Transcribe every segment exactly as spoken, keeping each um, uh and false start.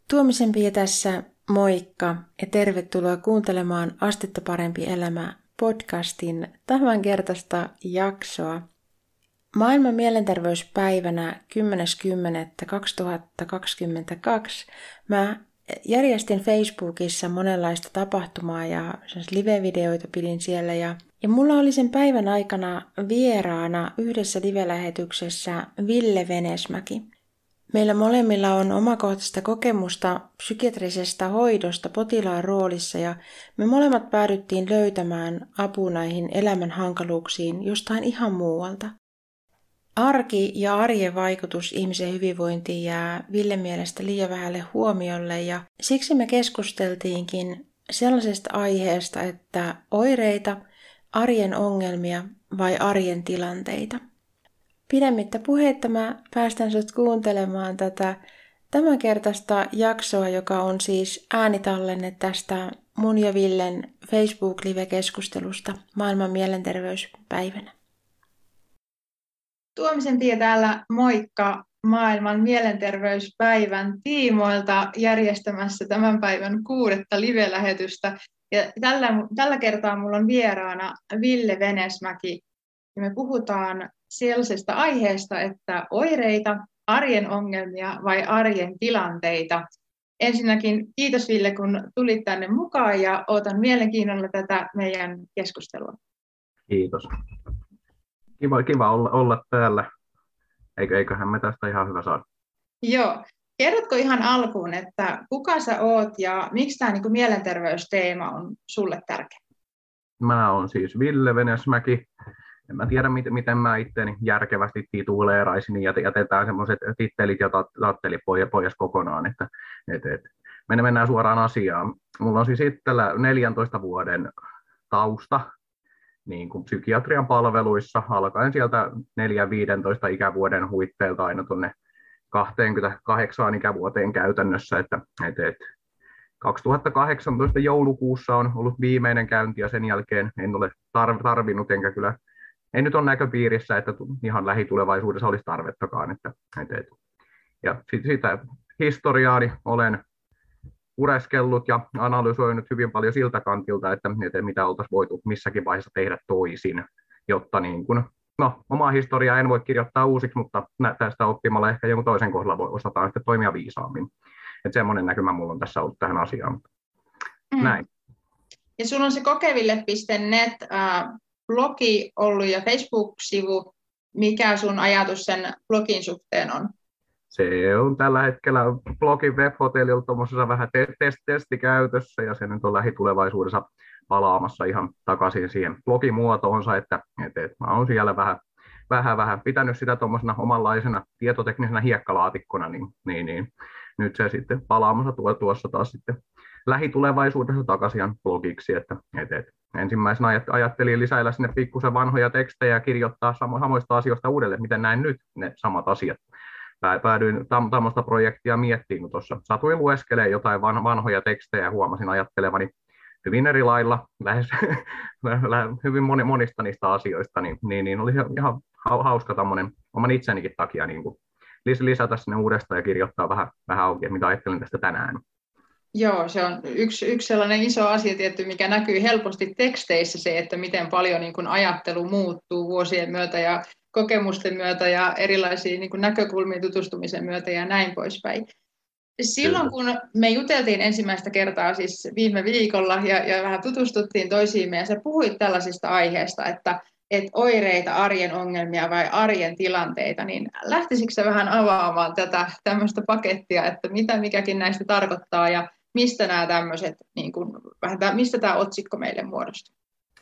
Tuomisen Pia tässä, moikka ja tervetuloa kuuntelemaan Astetta parempi elämä podcastin tämänkertaista jaksoa. Maailman mielenterveyspäivänä kymmenes kymmenettä kaksituhattakaksikymmentäkaksi mä järjestin Facebookissa monenlaista tapahtumaa ja live-videoita pidin siellä ja, ja mulla oli sen päivän aikana vieraana yhdessä live-lähetyksessä Ville Venesmäki. Meillä molemmilla on omakohtaista kokemusta psykiatrisesta hoidosta potilaan roolissa ja me molemmat päädyttiin löytämään apua näihin elämän hankaluuksiin jostain ihan muualta. Arki ja arjen vaikutus ihmisen hyvinvointiin jää Ville mielestä liian vähälle huomiolle ja siksi me keskusteltiinkin sellaisesta aiheesta, että oireita, arjen ongelmia vai arjen tilanteita. Pidemmittä puheitta mä päästän sut kuuntelemaan tätä tämänkertaista jaksoa, joka on siis äänitallenne tästä mun ja Villen Facebook-live-keskustelusta maailman mielenterveyspäivänä. Tuomisen Pia täällä, moikka, maailman mielenterveyspäivän tiimoilta järjestämässä tämän päivän kuudetta live-lähetystä. Ja tällä, tällä kertaa mulla on vieraana Ville Venesmäki ja me puhutaan sellaisesta aiheesta, että oireita, arjen ongelmia vai arjen tilanteita. Ensinnäkin kiitos Ville, kun tulit tänne mukaan ja odotan mielenkiinnolla tätä meidän keskustelua. Kiitos. Kiva, kiva olla, olla täällä. Eikö, eiköhän me tästä ihan hyvä saada. Joo. Kerrotko ihan alkuun, että kuka sä oot ja miksi tämä niin kuin mielenterveysteema on sulle tärkeä? Mä oon siis Ville Venesmäki. En mä tiedä, miten, miten mä itseäni järkevästi tituleeraisin, niin jätetään semmoiset tittelit ja tattelit pois kokonaan, että et, et. mennään suoraan asiaan. Mulla on siis itsellä neljäntoista vuoden tausta niin kuin psykiatrian palveluissa, alkaen sieltä neljä viisitoista ikävuoden huitteelta aina tuonne kaksikymmentäkahdeksan ikävuoteen käytännössä, että et, et. kaksituhattakahdeksantoista joulukuussa on ollut viimeinen käynti ja sen jälkeen en ole tarvinnut enkä kyllä ei nyt ole näköpiirissä, että ihan lähitulevaisuudessa olisi tarvettakaan. Että, että, että. Ja sit, sitä historiaani olen pureskellut ja analysoinut hyvin paljon siltä kantilta, että, että mitä oltaisiin voitu missäkin vaiheessa tehdä toisin, jotta niin kun, no, omaa historiaa en voi kirjoittaa uusiksi, mutta tästä oppimalla ehkä jonkun toisen kohdalla voi osataan sitten toimia viisaammin. Että semmoinen näkymä mulla on tässä ollut tähän asiaan. Mm. Näin. Ja sulla on se kokeville piste net äh... blogi ollut ja Facebook-sivu. Mikä sun ajatus sen blogin suhteen on? Se on tällä hetkellä blogin webhotellilla tuommoisessa vähän test- testikäytössä ja se nyt on lähitulevaisuudessa palaamassa ihan takaisin siihen blogimuotoonsa, että, että, että mä oon siellä vähän, vähän, vähän pitänyt sitä tuommoisena omanlaisena tietoteknisenä hiekkalaatikkona, niin, niin, niin nyt se sitten palaamassa tuo, tuossa taas sitten lähitulevaisuudessa takaisin blogiksi, että, että, että ensimmäisenä ajattelin lisäillä sinne pikkusen vanhoja tekstejä ja kirjoittaa samoista asioista uudelleen, miten näin nyt ne samat asiat. Päädyin tämmöistä projektia miettimään, kun tuossa satuin lueskelemaan jotain vanhoja tekstejä ja huomasin ajattelevani hyvin eri lailla, lähes hyvin monista niistä asioista, niin, niin, niin oli ihan hauska tämmöinen oman itsenikin takia niin kuin lisätä sinne uudestaan ja kirjoittaa vähän, vähän auki, mitä ajattelin tästä tänään. Joo, se on yksi, yksi sellainen iso asia, tietty, mikä näkyy helposti teksteissä, se, että miten paljon niin kuin ajattelu muuttuu vuosien myötä ja kokemusten myötä ja erilaisiin niin kuin näkökulmiin tutustumisen myötä ja näin poispäin. Silloin kun me juteltiin ensimmäistä kertaa siis viime viikolla ja, ja vähän tutustuttiin toisiimme ja sä puhuit tällaisista aiheista, että et oireita, arjen ongelmia vai arjen tilanteita, niin lähtisikö sä vähän avaamaan tätä tämmöistä pakettia, että mitä mikäkin näistä tarkoittaa ja mistä nämä tämmöiset, niin kuin, vähän tämä, mistä tämä otsikko meille muodostuu?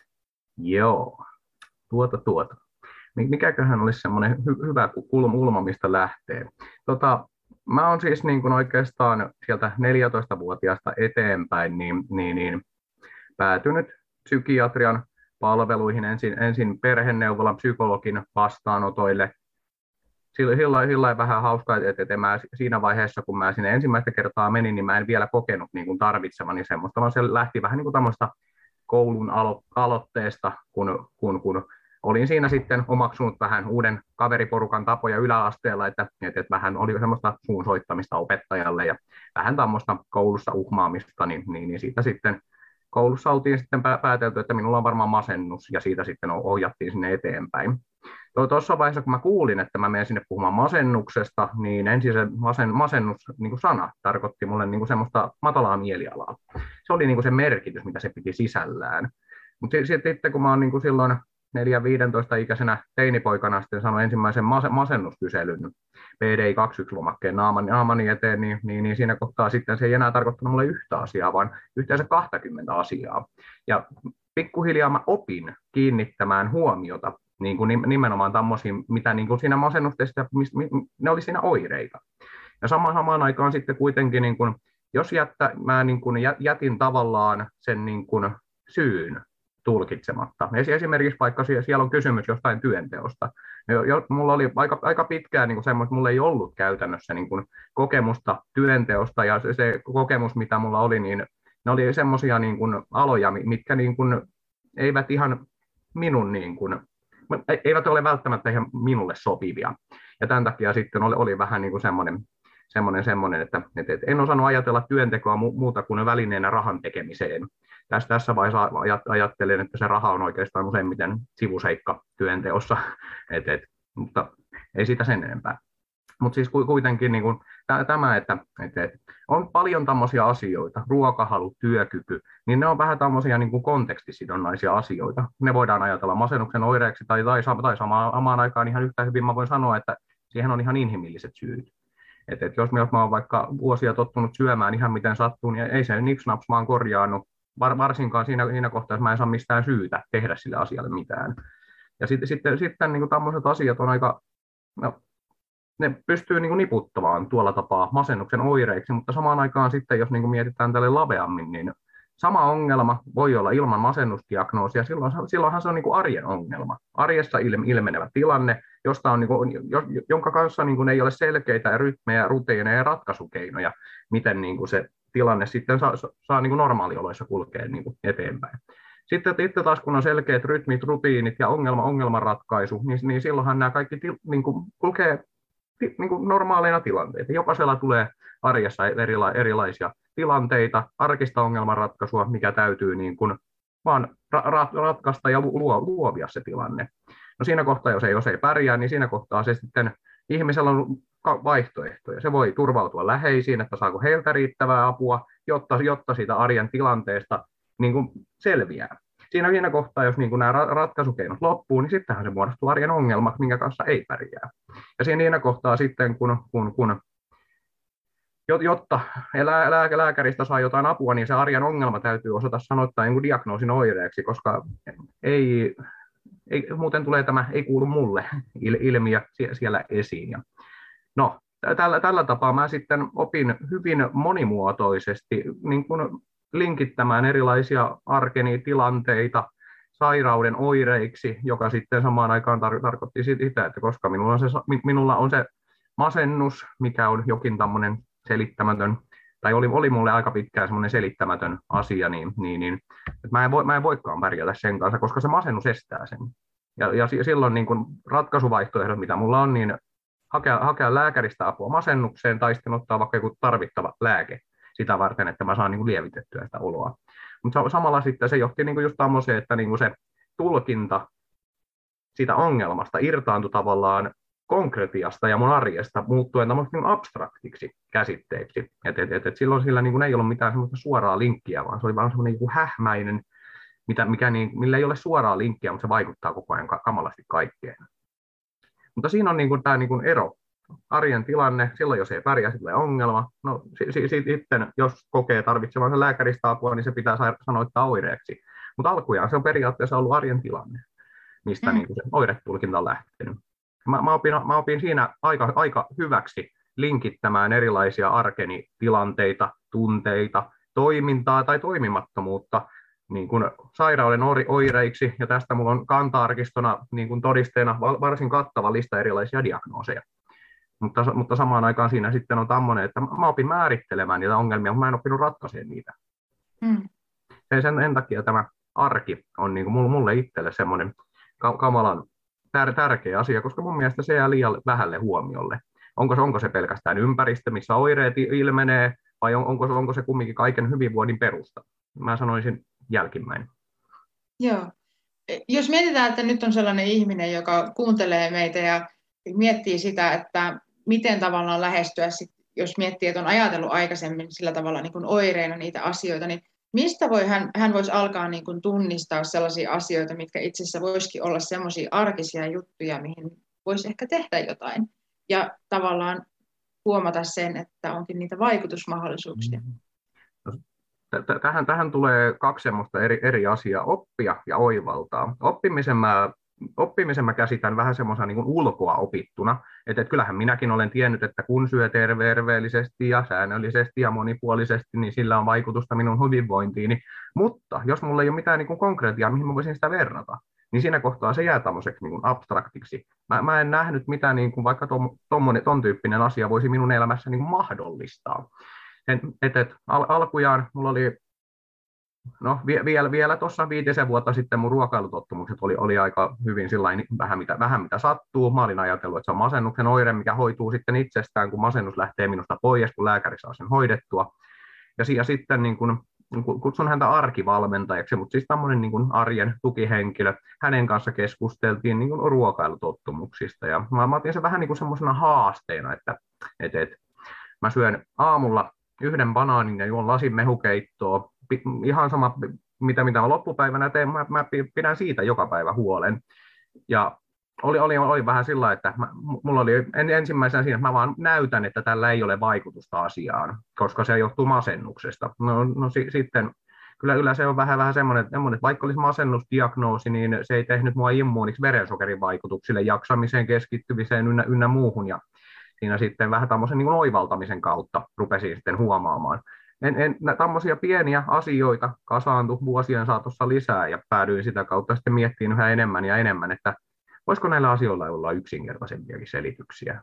Joo, tuota tuota. Mikäköhän olisi semmoinen hy- hyvä kulma, mistä lähtee? Tota, mä oon siis niin kuin oikeastaan sieltä neljätoistavuotiaasta eteenpäin niin, niin, niin, päätynyt psykiatrian palveluihin ensin, ensin perheneuvolan psykologin vastaanotoille. Sillä, sillä vähän hauskaa, että, että mä siinä vaiheessa, kun mä sinne ensimmäistä kertaa menin, niin mä en vielä kokenut niin kuin tarvitsevani semmoista, vaan se lähti vähän niin kuin tämmöistä koulun alo- aloitteesta, kun, kun, kun olin siinä sitten omaksunut vähän uuden kaveriporukan tapoja yläasteella, että, että, että vähän oli semmoista suun soittamista opettajalle ja vähän tämmöistä koulussa uhmaamista, niin, niin, niin siitä sitten koulussa oltiin sitten päätelty, että minulla on varmaan masennus, ja siitä sitten ohjattiin sinne eteenpäin. Tuossa vaiheessa, kun mä kuulin, että mä menen sinne puhumaan masennuksesta, niin ensin se masen, masennus niin kuin sana tarkoitti mulle niin kuin semmoista matalaa mielialaa. Se oli niin kuin se merkitys, mitä se piti sisällään. Mutta sitten kun mä oon niin kuin silloin neljä viisitoista ikäisenä teinipoikana sitten sanoin ensimmäisen masennuskyselyn P D I kaksikymmentäyksi-lomakkeen naamani, naamani eteen, niin, niin, niin siinä kohtaa sitten se ei enää tarkoittanut mulle yhtä asiaa, vaan yhteensä kaksikymmentä asiaa. Ja pikkuhiljaa mä opin kiinnittämään huomiota niin kuin nimenomaan tämmöisiin, mitä niin kuin siinä masennustestissä, ne oli siinä oireita. Ja samaan, samaan aikaan sitten kuitenkin, niin kuin, jos jättä, mä niin kuin jätin tavallaan sen niin kuin syyn tulkitsematta. Esimerkiksi vaikka siellä on kysymys jostain työnteosta. Mulla oli aika, aika pitkään niin semmoista, mulla ei ollut käytännössä niin kuin kokemusta työnteosta, ja se, se kokemus, mitä mulla oli, niin ne oli semmoisia niin kuin aloja, mitkä niin kuin eivät ihan minun, niin kuin, eivät ole välttämättä ihan minulle sopivia. Ja tämän takia sitten oli, oli vähän niin kuin semmoinen, semmoinen, semmoinen että, että en osannut ajatella työntekoa muuta kuin välineenä rahan tekemiseen. Tässä, tässä vaiheessa ajattelen, että se raha on oikeastaan useimmiten sivuseikka työnteossa, et, et, mutta ei sitä sen enempää. Mutta siis kuitenkin niin kun, tämä, että et, et, on paljon tämmöisiä asioita, ruokahalu, työkyky, niin ne on vähän tämmöisiä niin kuin kontekstisidonnaisia asioita. Ne voidaan ajatella masennuksen oireeksi tai, tai, tai samaan aikaan ihan yhtä hyvin mä voin sanoa, että siihen on ihan inhimilliset syyt. Et, et jos, jos mä oon vaikka vuosia tottunut syömään ihan miten sattuu, niin ei se nipsnaps vaan korjaannut. Varsinkaan siinä, siinä kohtaa, että mä en saa mistään syytä tehdä sille asialle mitään. Ja sitten, sitten, sitten niin kuin tämmöiset asiat on aika, no, ne pystyy niin kuin niputtamaan tuolla tapaa masennuksen oireiksi, mutta samaan aikaan sitten, jos niin kuin mietitään tälle laveammin, niin sama ongelma voi olla ilman masennusdiagnoosia, silloin, silloinhan se on niin kuin arjen ongelma. Arjessa ilmenevä tilanne, josta on, niin kuin, jonka kanssa niin kuin ei ole selkeitä rytmejä, ruteineja ja ratkaisukeinoja, miten niin kuin se tilanne sitten saa, saa niin kuin normaalioloissa kulkea niin kuin eteenpäin. Sitten itse taas, kun on selkeät rytmit, rutiinit ja ongelma, ongelmanratkaisu, niin, niin silloinhan nämä kaikki til, niin kuin kulkee ti, niin kuin normaaleina tilanteita. Jokaisella tulee arjessa erila, erilaisia tilanteita, arkista ongelmanratkaisua, mikä täytyy niin kuin vaan ra, ra, ratkaista ja luo, luovia se tilanne. No siinä kohtaa, jos ei, jos ei pärjää, niin siinä kohtaa se sitten ihmisellä on vaihtoehtoja. Se voi turvautua läheisiin, että saako heiltä riittävää apua, jotta, jotta siitä arjen tilanteesta niin kuin selviää. Siinä, siinä kohtaa, jos niin kuin nämä ratkaisukeinot loppuu, niin sittenhän se muodostuu arjen ongelma, minkä kanssa ei pärjää. Ja siinä kohtaa sitten, kun, kun, kun jotta lääkäristä saa jotain apua, niin se arjen ongelma täytyy osata sanoittaa niin kuin diagnoosin oireeksi, koska ei, ei, muuten tulee tämä ei kuulu mulle ilmiö siellä esiin. Ja no, tällä, tällä tapaa mä sitten opin hyvin monimuotoisesti niin kuin linkittämään erilaisia arkeni tilanteita sairauden oireiksi, joka sitten samaan aikaan tar- tarkoitti sitä, että koska minulla on, se, minulla on se masennus, mikä on jokin tämmöinen selittämätön, tai oli, oli mulle aika pitkään semmoinen selittämätön asia, niin, niin, niin että mä, en voi, mä en voikaan pärjätä sen kanssa, koska se masennus estää sen. Ja, ja silloin niin kun ratkaisuvaihtoehdot, mitä mulla on, niin hakea, hakea lääkäristä apua masennukseen tai sitten ottaa vaikka joku tarvittava lääke sitä varten, että mä saan niin kuin lievitettyä sitä oloa. Mutta samalla sitten se johti niin kuin just tämmöiseen, että niin kuin se tulkinta siitä ongelmasta irtaantui tavallaan konkretiasta ja mun arjesta muuttuen tämmöiseksi niin abstraktiksi käsitteeksi. Et, et, et, et silloin sillä niin kuin ei ollut mitään semmoista suoraa linkkiä, vaan se oli vaan semmoinen niin hähmäinen, mitä, mikä niin, millä ei ole suoraa linkkiä, mutta se vaikuttaa koko ajan kamalasti kaikkeen. Mutta siinä on niin kuin tämä niin kuin ero. Arjen tilanne, silloin jos ei pärjää, sitten tulee ongelma. No sitten, jos kokee tarvitsevansa lääkäristä apua, niin se pitää sanoittaa oireeksi. Mutta alkujaan se on periaatteessa ollut arjen tilanne, mistä mm. niin kuin se oiretulkinta on lähtenyt. Mä, mä, opin, mä opin siinä aika, aika hyväksi linkittämään erilaisia arkeni tilanteita, tunteita, toimintaa tai toimimattomuutta niin kuin sairauden oireiksi, ja tästä minulla on kanta-arkistona niin kuin todisteena varsin kattava lista erilaisia diagnooseja. Mutta, mutta samaan aikaan siinä sitten on tämmöinen, että mä opin määrittelemään niitä ongelmia, mutta mä en oppinut ratkaisemaan niitä. Mm. Sen, sen takia tämä arki on niin kuin mulle itselle semmoinen kamalan tär, tärkeä asia, koska mun mielestä se jää liian vähälle huomiolle. Onko se, onko se pelkästään ympäristö, missä oireet ilmenee, vai on, onko, onko se kumminkin kaiken hyvinvoinnin perusta? Mä sanoisin jälkimmäinen. Joo. Jos mietitään, että nyt on sellainen ihminen, joka kuuntelee meitä ja miettii sitä, että miten tavallaan lähestyä, sit, jos miettii, että on ajatellut aikaisemmin sillä tavalla niin kuin oireina niitä asioita, niin mistä voi hän, hän voisi alkaa niin kuin tunnistaa sellaisia asioita, mitkä itse asiassa voisikin olla sellaisia arkisia juttuja, mihin voisi ehkä tehdä jotain ja tavallaan huomata sen, että onkin niitä vaikutusmahdollisuuksia. Tähän, tähän tulee kaksi semmoista eri, eri asiaa, oppia ja oivaltaa. Oppimisen mä, oppimisen mä käsitän vähän semmoisena niin kuin ulkoa opittuna, että, että kyllähän minäkin olen tiennyt, että kun syö terveellisesti ja säännöllisesti ja monipuolisesti, niin sillä on vaikutusta minun hyvinvointiini, mutta jos mulla ei ole mitään niin kuin konkreettia, mihin mä voisin sitä verrata, niin siinä kohtaa se jää tämmöiseksi niin kuin abstraktiksi. Mä, mä en nähnyt, mitä niin kuin vaikka ton, ton tyyppinen asia voisi minun elämässä niin kuin mahdollistaa. Et, et, al, alkujaan mulla oli, no vie, vielä, vielä tuossa viitisen vuotta sitten mun ruokailutottumukset oli, oli aika hyvin sillain, vähän mitä, vähän mitä sattuu. Mä olin ajatellut, että se on masennuksen oire, mikä hoituu sitten itsestään, kun masennus lähtee minusta pois, kun lääkäri saa sen hoidettua. Ja, ja sitten niin kun, kutsun häntä arkivalmentajaksi, mutta siis tämmöinen niin kun arjen tukihenkilö. Hänen kanssa keskusteltiin niin kun ruokailutottumuksista. Ja mä, mä otin sen vähän niin kuin semmoisena haasteena, että et, et, mä syön aamulla yhden banaanin ja juon lasin mehukeittoa. Ihan sama, mitä, mitä mä loppupäivänä teen, mä, mä pidän siitä joka päivä huolen. Ja oli, oli, oli vähän sillä, että mä, mulla oli ensimmäisenä siinä, että mä vaan näytän, että tällä ei ole vaikutusta asiaan, koska se johtuu masennuksesta. No, no si, sitten kyllä, kyllä se on vähän, vähän semmoinen, että vaikka olisi masennusdiagnoosi, niin se ei tehnyt mua immuuniksi verensokerin vaikutuksille, jaksamiseen, keskittymiseen ynnä, ynnä muuhun. Ja siinä sitten vähän tämmöisen niin kuin oivaltamisen kautta rupesin sitten huomaamaan. En, en, tämmöisiä pieniä asioita kasaantui vuosien saatossa lisää ja päädyin sitä kautta sitten miettimään yhä enemmän ja enemmän, että voisiko näillä asioilla olla yksinkertaisempiakin selityksiä.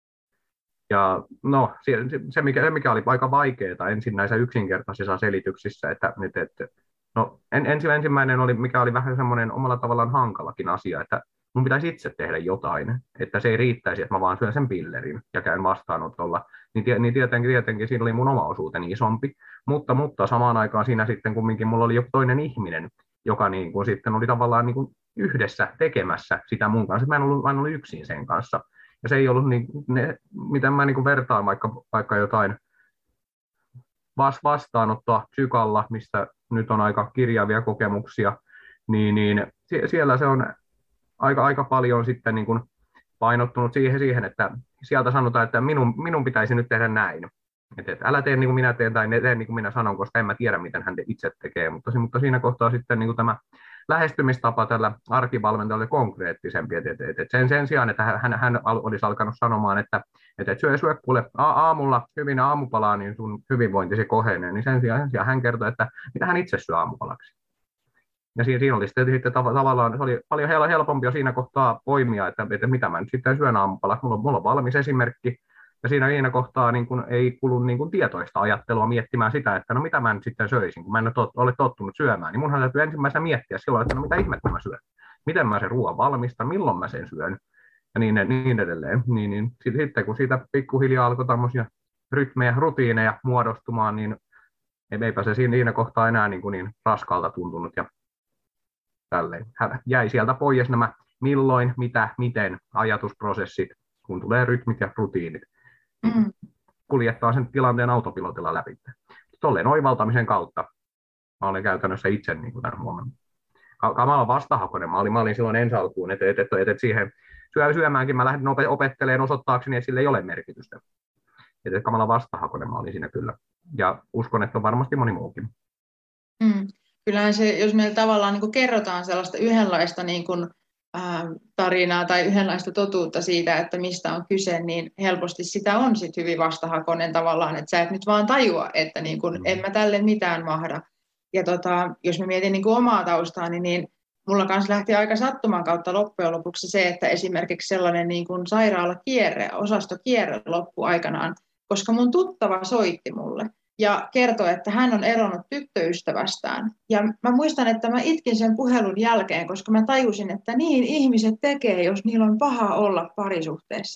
Ja no, se, se, mikä, se mikä oli aika vaikeaa ensin näissä yksinkertaisissa selityksissä, että, että no, en, ensimmäinen oli, mikä oli vähän semmoinen omalla tavallaan hankalakin asia, että mun pitäisi itse tehdä jotain, että se ei riittäisi, että mä vaan syön sen pillerin ja käyn vastaanotolla. Niin, niin tietenkin, tietenkin siinä oli mun oma osuuteni isompi, mutta, mutta samaan aikaan siinä sitten kumminkin mulla oli joku toinen ihminen, joka niin kuin sitten oli tavallaan niin kuin yhdessä tekemässä sitä mun kanssa. Mä en ollut, mä en ollut yksin sen kanssa. Ja se ei ollut, niin, ne, miten mä niin kuin vertaan vaikka, vaikka jotain vastaanottoa psykalla, mistä nyt on aika kirjavia kokemuksia, niin, niin siellä se on aika, aika paljon sitten niin kuin painottunut siihen, siihen, että sieltä sanotaan, että minun, minun pitäisi nyt tehdä näin. Et, et, älä tee niin kuin minä teen tai tee niin kuin minä sanon, koska en mä tiedä, miten hän itse tekee. Mutta, mutta siinä kohtaa sitten niin kuin tämä lähestymistapa tällä arkivalmentajalla oli konkreettisempi. Et, et, et sen, sen sijaan, että hän, hän olisi alkanut sanomaan, että et, et syö, syö kuule aamulla hyvin aamupalaa, niin sun hyvinvointisi kohenee. Niin sen sijaan, sen sijaan hän kertoi, että mitä hän itse syö aamupalaksi. Ja siinä, siinä oli sitten, sitten tavallaan, se oli paljon helpompi jo siinä kohtaa poimia, että, että mitä mä nyt sitten syön aamupalaksi. Mulla, mulla on valmis esimerkki. Ja siinä, siinä kohtaa niin kun ei kulu niin kun tietoista ajattelua miettimään sitä, että no mitä mä nyt sitten söisin, kun mä en tot, ole tottunut syömään. Niin munhan täytyy ensimmäisenä miettiä silloin, että no mitä ihmettä mä syön. Miten mä sen ruoan valmistan, milloin mä sen syön ja niin, niin edelleen. Niin, niin, sitten kun siitä pikkuhiljaa alkoi tämmöisiä rytmejä, rutiineja muodostumaan, niin eipä se siinä kohtaa enää niin, niin raskalta tuntunut. Ja tälleen. Jäi sieltä pois nämä milloin, mitä, miten ajatusprosessit, kun tulee rytmit ja rutiinit. Mm. Kuljettaa sen tilanteen autopilotilla läpi. Tolleen oivaltamisen kautta mä olen käytännössä itse niin kuin tämän huomannut. Kamala vastahakoinen. Mä olin, mä olin silloin ensi alkuun, että et, et, et, et siihen syö, syömäänkin mä lähdin opettelemaan osoittaakseni, että sillä ei ole merkitystä. Että et, kamala vastahakoinen mä olin siinä kyllä. Ja uskon, että on varmasti moni muukin. Mm. Kyllähän se, jos meillä tavallaan niin kuin kerrotaan sellaista yhdenlaista niin kuin, ää, tarinaa tai yhdenlaista totuutta siitä, että mistä on kyse, niin helposti sitä on sit hyvin vastahakoinen tavallaan, että sä et nyt vaan tajua, että niin kuin, en mä tälle mitään mahda. Ja tota, jos mä mietin niin kuin omaa taustaani, niin mulla kanssa lähti aika sattuman kautta loppujen lopuksi se, että esimerkiksi sellainen niin kuin sairaalakierre, osastokierre loppui aikanaan, koska mun tuttava soitti mulle ja kertoi, että hän on eronnut tyttöystävästään. Ja mä muistan, että mä itkin sen puhelun jälkeen, koska mä tajusin, että niin ihmiset tekee, jos niillä on paha olla parisuhteessa.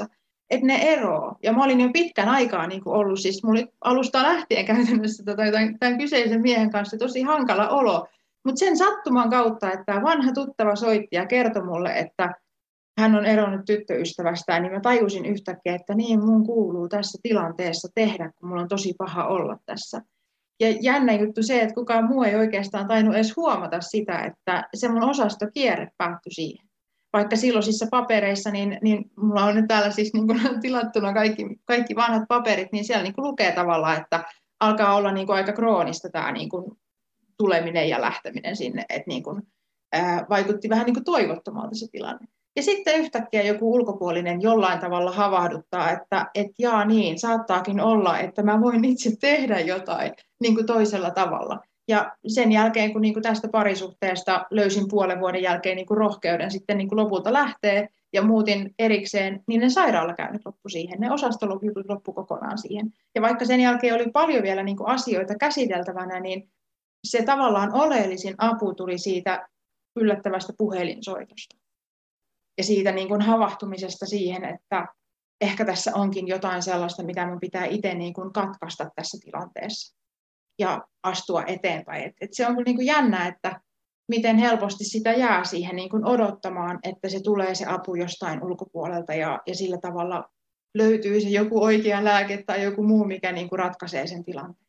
että ne eroo. Ja mä olin jo pitkän aikaa niin kuin ollut, siis mulla oli alusta lähtien käytännössä tota, tämän kyseisen miehen kanssa tosi hankala olo. Mutta sen sattuman kautta, että tämä vanha tuttava soitti ja kertoi mulle, että hän on eronnut tyttöystävästään, niin mä tajusin yhtäkkiä, että niin mun kuuluu tässä tilanteessa tehdä, kun mulla on tosi paha olla tässä. Ja jännä juttu se, että kukaan muu ei oikeastaan tainnut edes huomata sitä, että se mun osastokierre päättyi siihen. Vaikka silloisissa papereissa, niin, niin mulla on nyt täällä siis niin kuin tilattuna kaikki, kaikki vanhat paperit, niin siellä niin kuin lukee tavallaan, että alkaa olla niin kuin aika kroonista tämä niin kuin tuleminen ja lähteminen sinne, että niin kuin, ää, vaikutti vähän niin kuin toivottomalta se tilanne. Ja sitten yhtäkkiä joku ulkopuolinen jollain tavalla havahduttaa, että et jaa niin, saattaakin olla, että mä voin itse tehdä jotain niin kuin toisella tavalla. Ja sen jälkeen, kun niin kuin tästä parisuhteesta löysin puolen vuoden jälkeen niin kuin rohkeuden sitten niin kuin lopulta lähtee ja muutin erikseen, niin ne sairaalakäynnit loppu siihen, ne osastoloput loppu kokonaan siihen. Ja vaikka sen jälkeen oli paljon vielä niin kuin asioita käsiteltävänä, niin se tavallaan oleellisin apu tuli siitä yllättävästä puhelinsoitosta. Ja siitä niin kuin havahtumisesta siihen, että ehkä tässä onkin jotain sellaista, mitä minun pitää itse niin kuin katkaista tässä tilanteessa ja astua eteenpäin. Et, et se on niin kuin jännä, että miten helposti sitä jää siihen niin kuin odottamaan, että se tulee se apu jostain ulkopuolelta ja, ja sillä tavalla löytyy se joku oikea lääke tai joku muu, mikä niin kuin ratkaisee sen tilanteen.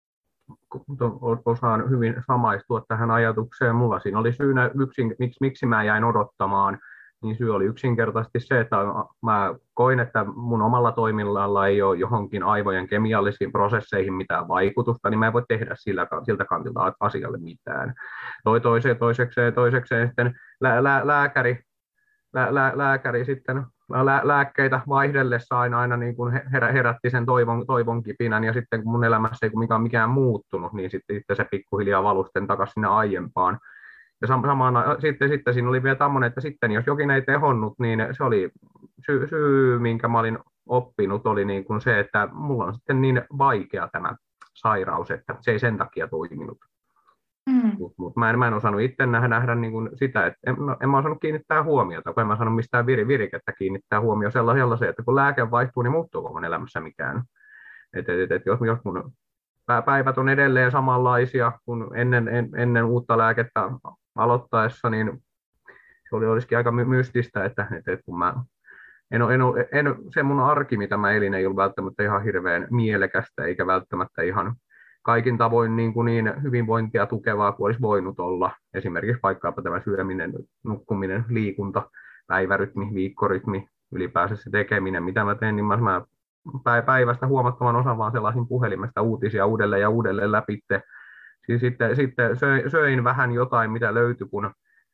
Osaan hyvin samaistua tähän ajatukseen. Mulla siinä oli syynä yksin, miksi, miksi mä jäin odottamaan. Niin syy oli yksinkertaisesti se, että mä koin, että mun omalla toiminnalla ei ole johonkin aivojen kemiallisiin prosesseihin mitään vaikutusta, niin mä en voi tehdä sillä, siltä kantilta asialle mitään. Toi toiseen, toisekseen, toisekseen sitten lää, lää, lääkäri, lää, lää, lääkäri sitten lää, lääkkeitä vaihdellessa aina, aina niin kuin herätti sen toivon, toivon kipinän, ja sitten kun mun elämässä ei mikään, mikään muuttunut, niin sitten, sitten se pikkuhiljaa valui sitten takaisin sinne aiempaan. Ja samana, sitten, sitten siinä oli vielä tämmöinen, että sitten jos jokin ei tehonnut, niin se oli syy, syy minkä mä olin oppinut, oli niin kuin se, että mulla on sitten niin vaikea tämä sairaus, että se ei sen takia toiminut. Mm. Mutta mä, mä en osannut itse nähdä, nähdä niin kuin sitä, että en, no, en mä osannut kiinnittää huomiota, kun en mä osannut mistään vir, virikettä kiinnittää huomioon sellaiseen, että kun lääke vaihtuu, niin muuttuuko mun elämässä mikään. Et, et, et, jos, jos mun päivät on edelleen samanlaisia kuin ennen, en, ennen uutta lääkettä aloittaessa, niin se oli, olisikin aika mystistä, että, että kun mä en, en, en, se mun arki, mitä mä elin, ei ollut välttämättä ihan hirveän mielekästä, eikä välttämättä ihan kaikin tavoin niin, kuin niin hyvinvointia tukevaa kuin olisi voinut olla. Esimerkiksi vaikkapa tämä syöminen, nukkuminen, liikunta, päivärytmi, viikkorytmi, ylipäänsä se tekeminen, mitä mä teen, niin mä, mä päivästä huomattavan osan vaan sellaisin puhelimesta uutisia uudelleen ja uudelleen läpitte. Siis sitten, sitten söin vähän jotain, mitä löytyi, kun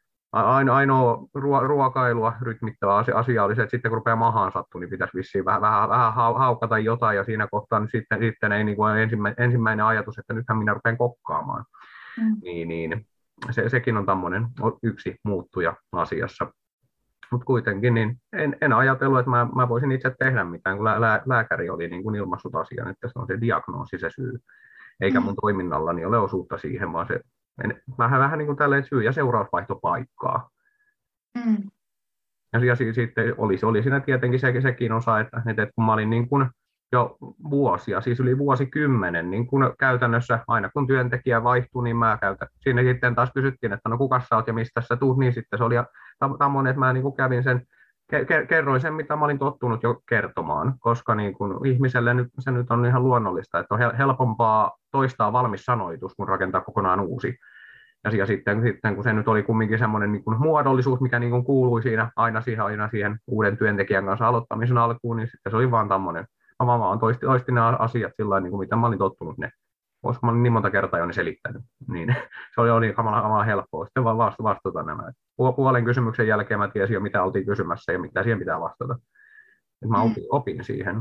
ainoa ruokailua rytmittävä asia oli se, että sitten kun rupeaa mahaan sattua, niin pitäisi vissiin vähän, vähän, vähän haukata jotain, ja siinä kohtaa niin sitten, sitten ei niin kuin ensimmäinen, ensimmäinen ajatus, että nythän minä rupean kokkaamaan. Mm. Niin, niin. Se, sekin on tämmöinen yksi muuttuja asiassa. Mutta kuitenkin niin en, en ajatellut, että mä, mä voisin itse tehdä mitään, kun lää, lääkäri oli niin kuin ilmaissut asian, että se on se diagnoosi se syy. Eikä mun toiminnallani ole osuutta siihen, vaan se en, vähän, vähän niin kuin tälleen syy- ja seurausvaihtopaikkaa. Mm. Ja, ja sitten oli, oli siinä tietenkin se, sekin osa, että, että kun mä olin niin kuin jo vuosia, siis yli vuosikymmenen, niin kun käytännössä aina kun työntekijä vaihtuu, niin mä käytän. Siinä sitten taas kysyttiin, että no kuka sä oot ja mistä sä tuut, niin sitten se oli tämmöinen, että mä niin kuin kävin sen, kerroin sen, mitä mä olin tottunut jo kertomaan, koska niin kuin ihmiselle nyt, se nyt on ihan luonnollista, että on helpompaa toistaa valmis sanoitus, kun rakentaa kokonaan uusi. Ja, ja sitten, sitten kun se nyt oli kumminkin semmoinen niin kuin muodollisuus, mikä niin kuin kuului siinä aina siihen, aina siihen uuden työntekijän kanssa aloittamisen alkuun, niin sitten se oli vaan tämmöinen, mä vaan toistin, toistin ne asiat sillä niin kuin mitä mä olin tottunut ne. Koska mä olin niin monta kertaa jo ne selittänyt, niin se oli, oli kamala helppoa sitten vaan vastata nämä. Puolen kysymyksen jälkeen mä tiesin jo, mitä oltiin kysymässä ja mitä siihen pitää vastata. Et mä opin, opin siihen.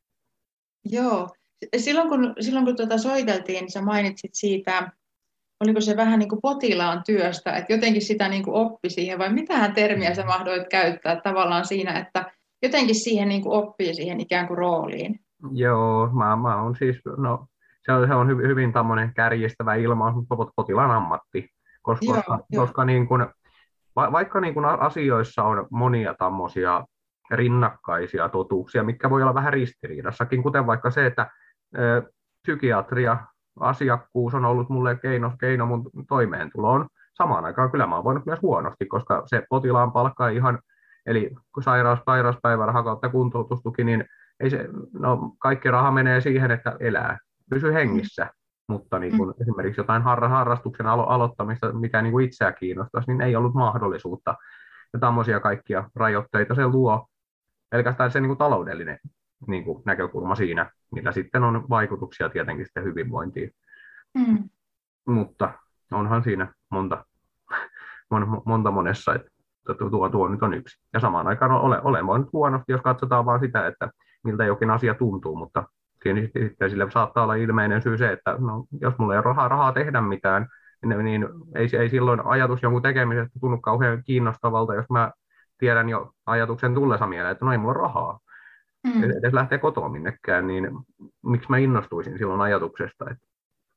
Joo. Silloin kun, silloin kun tuota soiteltiin, sä mainitsit siitä, oliko se vähän niin kuin potilaan työstä, että jotenkin sitä niin kuin oppi siihen, vai mitähän termiä sä mahdoit käyttää tavallaan siinä, että jotenkin siihen niin kuin oppii siihen ikään kuin rooliin? Joo, mä, mä on siis, no se on, se on hyvin, hyvin tämmöinen kärjistävä ilmaus, potilaan ammatti, koska, joo, koska, koska niin kuin, va, vaikka niin kuin asioissa on monia tämmöisiä rinnakkaisia totuuksia, mitkä voi olla vähän ristiriidassakin, kuten vaikka se, että psykiatria, asiakkuus on ollut mulle keino, keino mun toimeentuloon. Samaan aikaan kyllä mä oon voinut myös huonosti, koska se potilaan palkka ihan, eli kun sairaus, sairauspäiväraha kautta kuntoutustuki, niin ei se, no, kaikki raha menee siihen, että elää, pysyy hengissä. Mutta niin kuin esimerkiksi jotain harrastuksen alo- aloittamista, mikä niin kuin itseä kiinnostaisi, niin ei ollut mahdollisuutta. Ja tämmöisiä kaikkia rajoitteita se luo. Pelkästään se niin kuin taloudellinen niin kuin näkökulma siinä, millä sitten on vaikutuksia tietenkin sitten hyvinvointiin. Mm. Mutta onhan siinä monta, monta monessa, että tuo, tuo nyt on yksi. Ja samaan aikaan olen, olen voinut huonosti, jos katsotaan vaan sitä, että miltä jokin asia tuntuu, mutta sitten sille saattaa olla ilmeinen syy se, että no, jos mulla ei ole rahaa, rahaa tehdä mitään, niin, niin ei, ei silloin ajatus jonkun tekemisestä tunnu kauhean kiinnostavalta, jos mä tiedän jo ajatuksen tullessa mieleen, että no ei mulla ole rahaa. Mm. Edes lähtee kotoa minnekään, niin miksi mä innostuisin silloin ajatuksesta? Että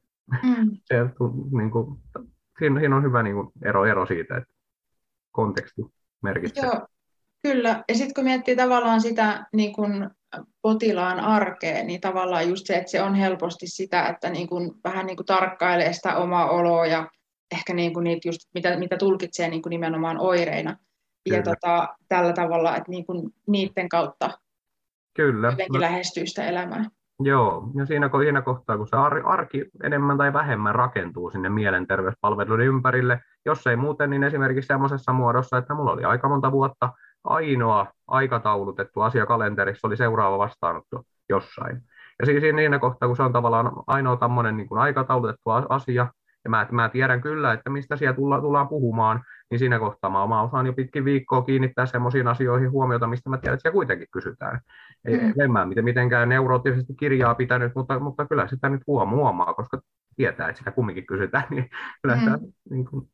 mm. se, niin kuin, siinä, siinä on hyvä niin kuin, ero, ero siitä, että konteksti merkitsee. Joo, kyllä. Ja sitten kun miettii tavallaan sitä niin kun potilaan arkea, niin tavallaan just se, että se on helposti sitä, että niin kun, vähän niin kuin tarkkailee sitä omaa oloa ja ehkä niin kuin niitä just, mitä, mitä tulkitsee niin kuin nimenomaan oireina. Kyllä. Ja tota, tällä tavalla, että niin kuin niiden kautta Kyllä. jotenkin lähestyy sitä elämää. Joo, ja siinä, siinä kohtaa, kun se arki enemmän tai vähemmän rakentuu sinne mielenterveyspalveluiden ympärille, jos ei muuten, niin esimerkiksi semmoisessa muodossa, että mulla oli aika monta vuotta ainoa aikataulutettu asia kalenterissa oli seuraava vastaanotto jossain. Ja siinä kohtaa, kun se on tavallaan ainoa tämmöinen niin kuin aikataulutettu asia, ja mä, mä tiedän kyllä, että mistä siellä tulla, tullaan puhumaan, niin siinä kohtaa mä, mä osaan jo pitkin viikkoa kiinnittää semmoisiin asioihin huomiota, mistä mä tiedän, että siellä kuitenkin kysytään. Ei, mm. En mä mitenkään neuroottisesti kirjaa pitänyt, mutta, mutta kyllä sitä nyt huomaa, koska tietää, että sitä kumminkin kysytään. Niin kyllä mm. sitä, niin kuin,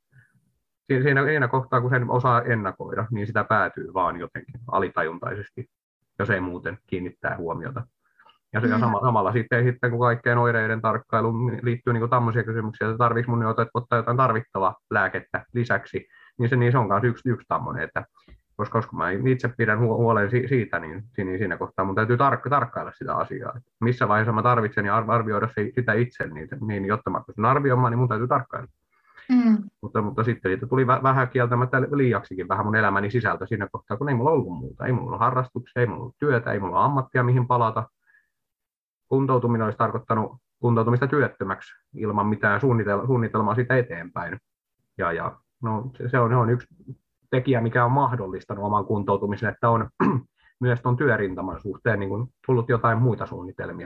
siinä, siinä kohtaa, kun sen osaa ennakoida, niin sitä päätyy vaan jotenkin alitajuntaisesti, jos ei muuten kiinnittää huomiota. Ja, mm. ja samalla sitten, sitten, kun kaikkeen oireiden tarkkailuun liittyy niin tämmöisiä kysymyksiä, että tarvitsisi mun ottaa jotain tarvittavaa lääkettä lisäksi, niin se, niin se on myös yksi, yksi tämmöinen, että koska, koska mä itse pidän huolen siitä, niin, niin siinä kohtaa mun täytyy tark- tarkkailla sitä asiaa. Että missä vaiheessa mä tarvitsen ja arvioida sitä itse, niin, niin jotta mä pystyn arvioimaan, niin mun täytyy tarkkailla. Mm. Mutta, mutta sitten siitä tuli vähän kieltämättä liiaksikin vähän mun elämäni sisältö siinä kohtaa, kun ei mulla ollut muuta. Ei mulla ollut harrastuksia, ei mulla ollut työtä, ei mulla ollut ammattia, mihin palata. Kuntoutuminen olisi tarkoittanut kuntoutumista työttömäksi ilman mitään suunnitelmaa, suunnitelmaa siitä eteenpäin. Ja, ja no, se, se, on, se on yksi tekijä, mikä on mahdollistanut oman kuntoutumisen, että on myös tuon työrintaman suhteen niin kuin tullut jotain muita suunnitelmia.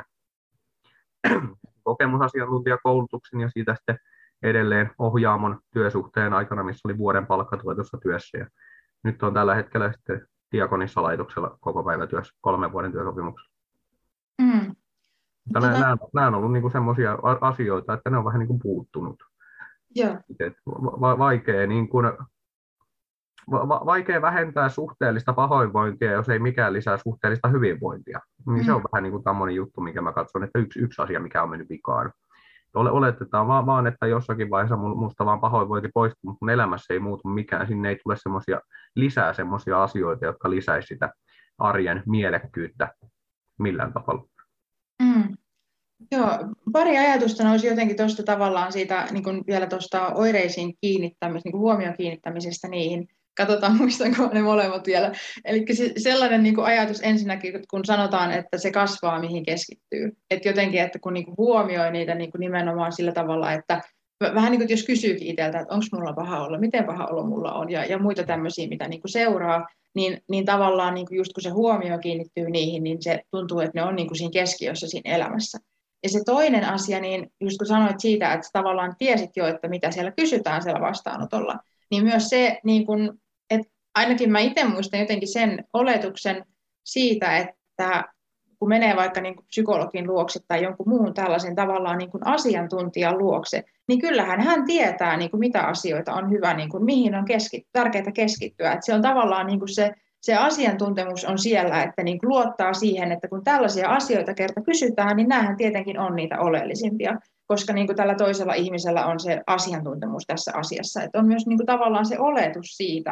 Kokemusasiantuntijakoulutuksen ja siitä sitten edelleen ohjaamon työsuhteen aikana, missä oli vuoden palkkatuetussa työssä. Ja nyt on tällä hetkellä sitten Diakonissa-laitoksella koko päivätyössä kolmen vuoden työsopimuksella. Mm. Mutta nämä, nämä, nämä on ollut niin semmoisia asioita, että ne on vähän niin kuin puuttunut. Joo. Va- vaikea, niin kuin, va- vaikea vähentää suhteellista pahoinvointia, jos ei mikään lisää suhteellista hyvinvointia. Niin mm. Se on vähän niin kuin tämmöinen juttu, mikä mä katson, että yksi, yksi asia, mikä on mennyt vikaan. Oletetaan vaan, vaan, että jossakin vaiheessa musta vaan pahoinvointi poistuu, mutta mun elämässä ei muutu mikään. Sinne ei tule semmoisia, lisää semmoisia asioita, jotka lisäisivät sitä arjen mielekkyyttä millään tavalla. Mm. Joo, pari ajatusta nousi jotenkin tuosta tavallaan siitä niin kuin vielä tuosta oireisiin kiinnittämisestä, niin kuin huomion kiinnittämisestä niihin. Katsotaan, muistanko ne molemmat vielä. Eli se, sellainen niin kuin ajatus ensinnäkin, kun sanotaan, että se kasvaa, mihin keskittyy. Että jotenkin, että kun niin kuin huomioi niitä niin kuin nimenomaan sillä tavalla, että vähän niin kuin jos kysyykin itseltä, että onko mulla paha olla, miten paha olo mulla on, ja, ja muita tämmöisiä, mitä niin kuin seuraa, niin, niin tavallaan niin kuin just kun se huomio kiinnittyy niihin, niin se tuntuu, että ne on niin kuin siinä keskiössä siinä elämässä. Ja se toinen asia, niin just kun sanoit siitä, että tavallaan tiesit jo, että mitä siellä kysytään siellä vastaanotolla, niin myös se, niin kun, että ainakin mä itse muistan jotenkin sen oletuksen siitä, että kun menee vaikka niin kuin psykologin luokse tai jonkun muun tällaisen tavallaan niin kuin asiantuntijan luokse, niin kyllähän hän tietää, niin kuin mitä asioita on hyvä, niin kuin mihin on keski, tärkeää keskittyä. Että se on tavallaan niin kuin se, se asiantuntemus on siellä, että niin kuin luottaa siihen, että kun tällaisia asioita kerta kysytään, niin näähän tietenkin on niitä oleellisimpia, koska niin kuin tällä toisella ihmisellä on se asiantuntemus tässä asiassa. Että on myös niin kuin tavallaan se oletus siitä,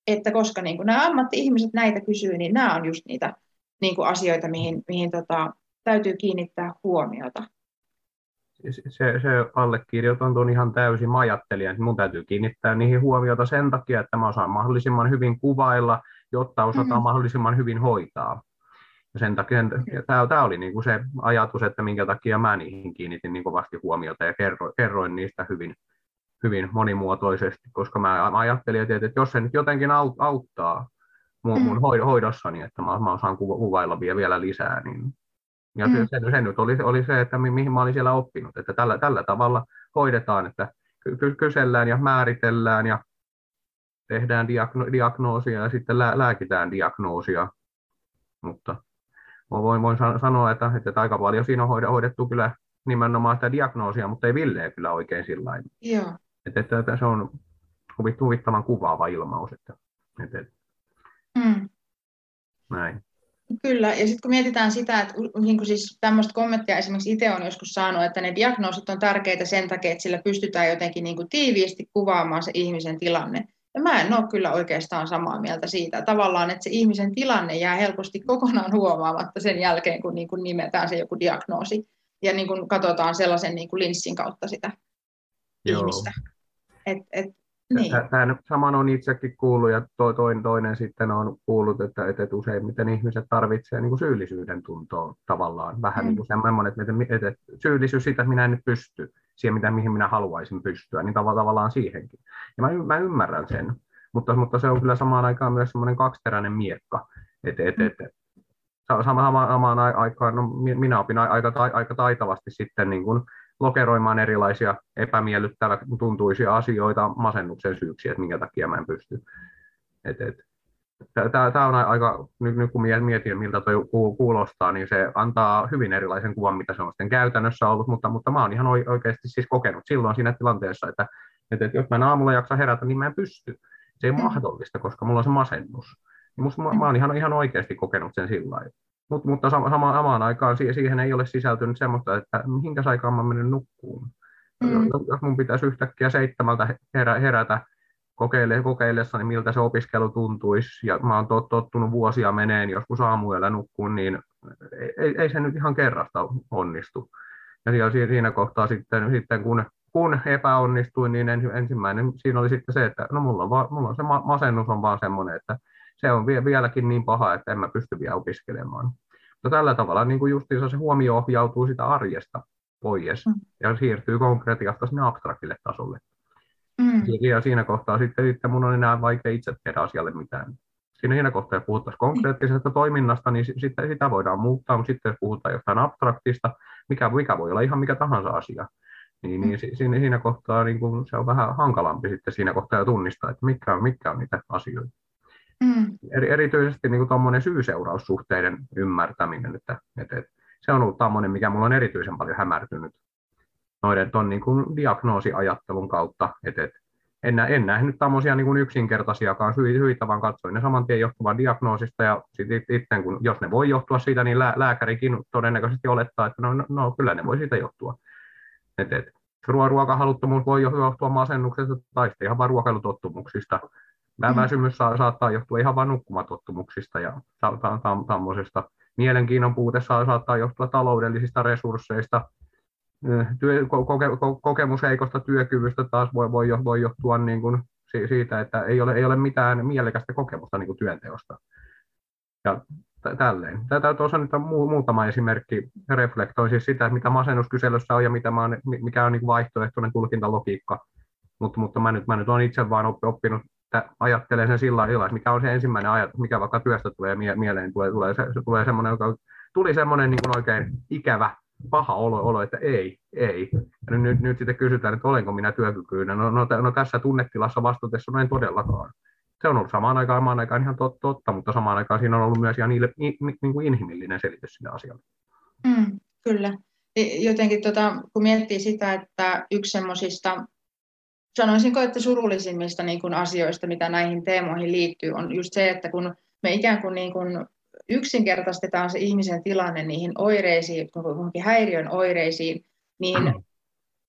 että koska niin kuin nämä ammatti-ihmiset näitä kysyy, niin nämä on just niitä niin kuin asioita, mihin, mihin tota, täytyy kiinnittää huomiota. Se, se allekirjoitan tuon ihan täysin. Mä ajattelin, että mun täytyy kiinnittää niihin huomiota sen takia, että mä osaan mahdollisimman hyvin kuvailla, jotta osataan mm-hmm. mahdollisimman hyvin hoitaa. Ja sen takia tämä, tämä oli niin kuin se ajatus, että minkä takia mä niihin kiinnitin niin kovasti huomiota ja kerroin, kerroin niistä hyvin, hyvin monimuotoisesti, koska mä ajattelin, että jos se nyt jotenkin auttaa mun, mun hoidossani, että mä, mä osaan kuvailla vielä lisää, niin ja se, se, se nyt oli, oli se, että mihin mä olin siellä oppinut, että tällä, tällä tavalla hoidetaan, että ky- kysellään ja määritellään ja tehdään diagno- diagnoosia ja sitten lää- lääkitään diagnoosia, mutta voin, voin sanoa, että, että aika paljon siinä on hoidettu kyllä nimenomaan sitä diagnoosia, mutta ei Ville kyllä oikein sillä lailla. Että, että, että se on huvittavan kuvaava ilmaus. Että, että, mm. Näin. Kyllä, ja sitten kun mietitään sitä, että niin siis tämmöistä kommenttia esimerkiksi itse olen joskus saanut, että ne diagnoosit on tärkeitä sen takia, että sillä pystytään jotenkin niin kuin tiiviisti kuvaamaan se ihmisen tilanne. Ja mä en ole kyllä oikeastaan samaa mieltä siitä. Tavallaan, että se ihmisen tilanne jää helposti kokonaan huomaamatta sen jälkeen, kun niin kuin nimetään se joku diagnoosi. Ja niin kuin katsotaan sellaisen niin kuin linssin kautta sitä Joo. ihmistä. Et, et, niin. Tämän saman on itsekin kuullut ja toinen, toinen sitten on kuullut, että, että useimmiten ihmiset tarvitsevat niin kuin syyllisyyden tuntoa tavallaan. Vähän mm. niin kuin semmoinen, että, että syyllisyys siitä, että minä en nyt pysty siihen, mitä, mihin minä haluaisin pystyä, niin tavallaan siihenkin. Ja mä, mä ymmärrän sen, mutta, mutta se on kyllä samaan aikaan myös semmoinen kaksiteräinen miekka. Et, et, et, samaan, samaan aikaan no, minä opin aika, aika taitavasti sitten niin kuin lokeroimaan erilaisia epämiellyttävä tuntuisia asioita masennuksen syyksi, että minkä takia mä en pysty. Tämä on aika, nyt kun mietin miltä tuo kuulostaa, niin se antaa hyvin erilaisen kuvan, mitä se on sitten käytännössä ollut, mutta, mutta mä oon ihan oikeasti siis kokenut silloin siinä tilanteessa, että, että jos mä en aamulla jaksa herätä, niin mä en pysty. Se ei ole mahdollista, koska mulla on se masennus. Musta mä, mä oon ihan, ihan oikeasti kokenut sen sillä lailla. Mut, mutta sama, samaan aikaan siihen ei ole sisältynyt semmoista, että mihinkäs aikaan mä menen nukkuun. Mm. Jos mun pitäisi yhtäkkiä seitsemältä herä, herätä kokeille, kokeillessani, miltä se opiskelu tuntuisi, ja mä oon tottunut vuosia meneen joskus aamuyöllä nukkuun, niin ei, ei se nyt ihan kerrasta onnistu. Ja siinä kohtaa sitten, sitten kun, kun epäonnistuin, niin ensimmäinen siinä oli sitten se, että no mulla on, va, mulla on se masennus on vaan semmoinen, että se on vieläkin niin paha, että en mä pysty vielä opiskelemaan. Mutta tällä tavalla niin kuin justiinsa se huomio ohjautuu sitä arjesta pois mm. ja siirtyy konkretiasta sinne abstraktille tasolle. Mm. Ja siinä kohtaa sitten, sitten mun on enää vaikea itse tehdä asialle mitään. Siinä, siinä kohtaa, jos puhuttaisiin konkreettisesta mm. toiminnasta, niin sitä, sitä voidaan muuttaa, mutta sitten jos puhutaan jostain abstraktista, mikä, mikä voi olla ihan mikä tahansa asia, niin, mm. niin siinä, siinä kohtaa niin kuin se on vähän hankalampi sitten siinä kohtaa tunnistaa, että mitkä on, mitkä on niitä asioita. Mm. Erityisesti niin tuommoinen syy-seuraussuhteiden ymmärtäminen, että, että, että se on ollut tämmöinen, mikä minulla on erityisen paljon hämärtynyt noiden ton niin kuin diagnoosiajattelun kautta, että, että en, en nähnyt tämmöisiä niin kuin yksinkertaisiakaan syitä, vaan katsoin ne saman tien johtuvan diagnoosista, ja sitten itse, kun, jos ne voi johtua siitä, niin lää, lääkärikin todennäköisesti olettaa, että no, no, no kyllä ne voi siitä johtua. Että, että ruokahaluttomuus voi johtua masennuksesta tai sitten ihan vain ruokailutottumuksista. Väsymys saattaa johtua ihan vain nukkumatottumuksista ja tämmöisestä. Mielenkiinnon puute saattaa johtua taloudellisista resursseista. Työ, koke, kokemusheikosta työkyvystä taas voi, voi, voi johtua niin kuin siitä, että ei ole, ei ole mitään mielekästä kokemusta niin kuin työnteosta. Ja tälleen. Tätä tuossa nyt on muutama esimerkki. Reflektoin siis sitä, mitä masennuskyselyssä on ja mitä mä oon, mikä on niin kuin vaihtoehtoinen tulkintalogiikka. Mutta, mutta mä nyt, mä nyt olen itse vaan oppinut ajattelen sen sillä lailla, mikä on se ensimmäinen ajatus, mikä vaikka työstä tulee mieleen, tulee, tulee, se, se tulee semmoinen, joka tuli semmoinen niin kuin oikein ikävä, paha olo, olo että ei, ei. Ja nyt, nyt sitten kysytään, että olenko minä työkykyinen. No, no, no tässä tunnetilassa vastatessa no en todellakaan. Se on ollut samaan aikaan, samaan aikaan ihan tot, totta, mutta samaan aikaan siinä on ollut myös ihan il, in, niin kuin inhimillinen selitys sille asialle. Mm, kyllä. Jotenkin tota, kun miettii sitä, että yksi semmoisista sanoisinko, että surullisimmista niin kuin asioista, mitä näihin teemoihin liittyy, on just se, että kun me ikään kuin, niin kuin yksinkertaistetaan se ihmisen tilanne niihin oireisiin, johonkin häiriön oireisiin, niin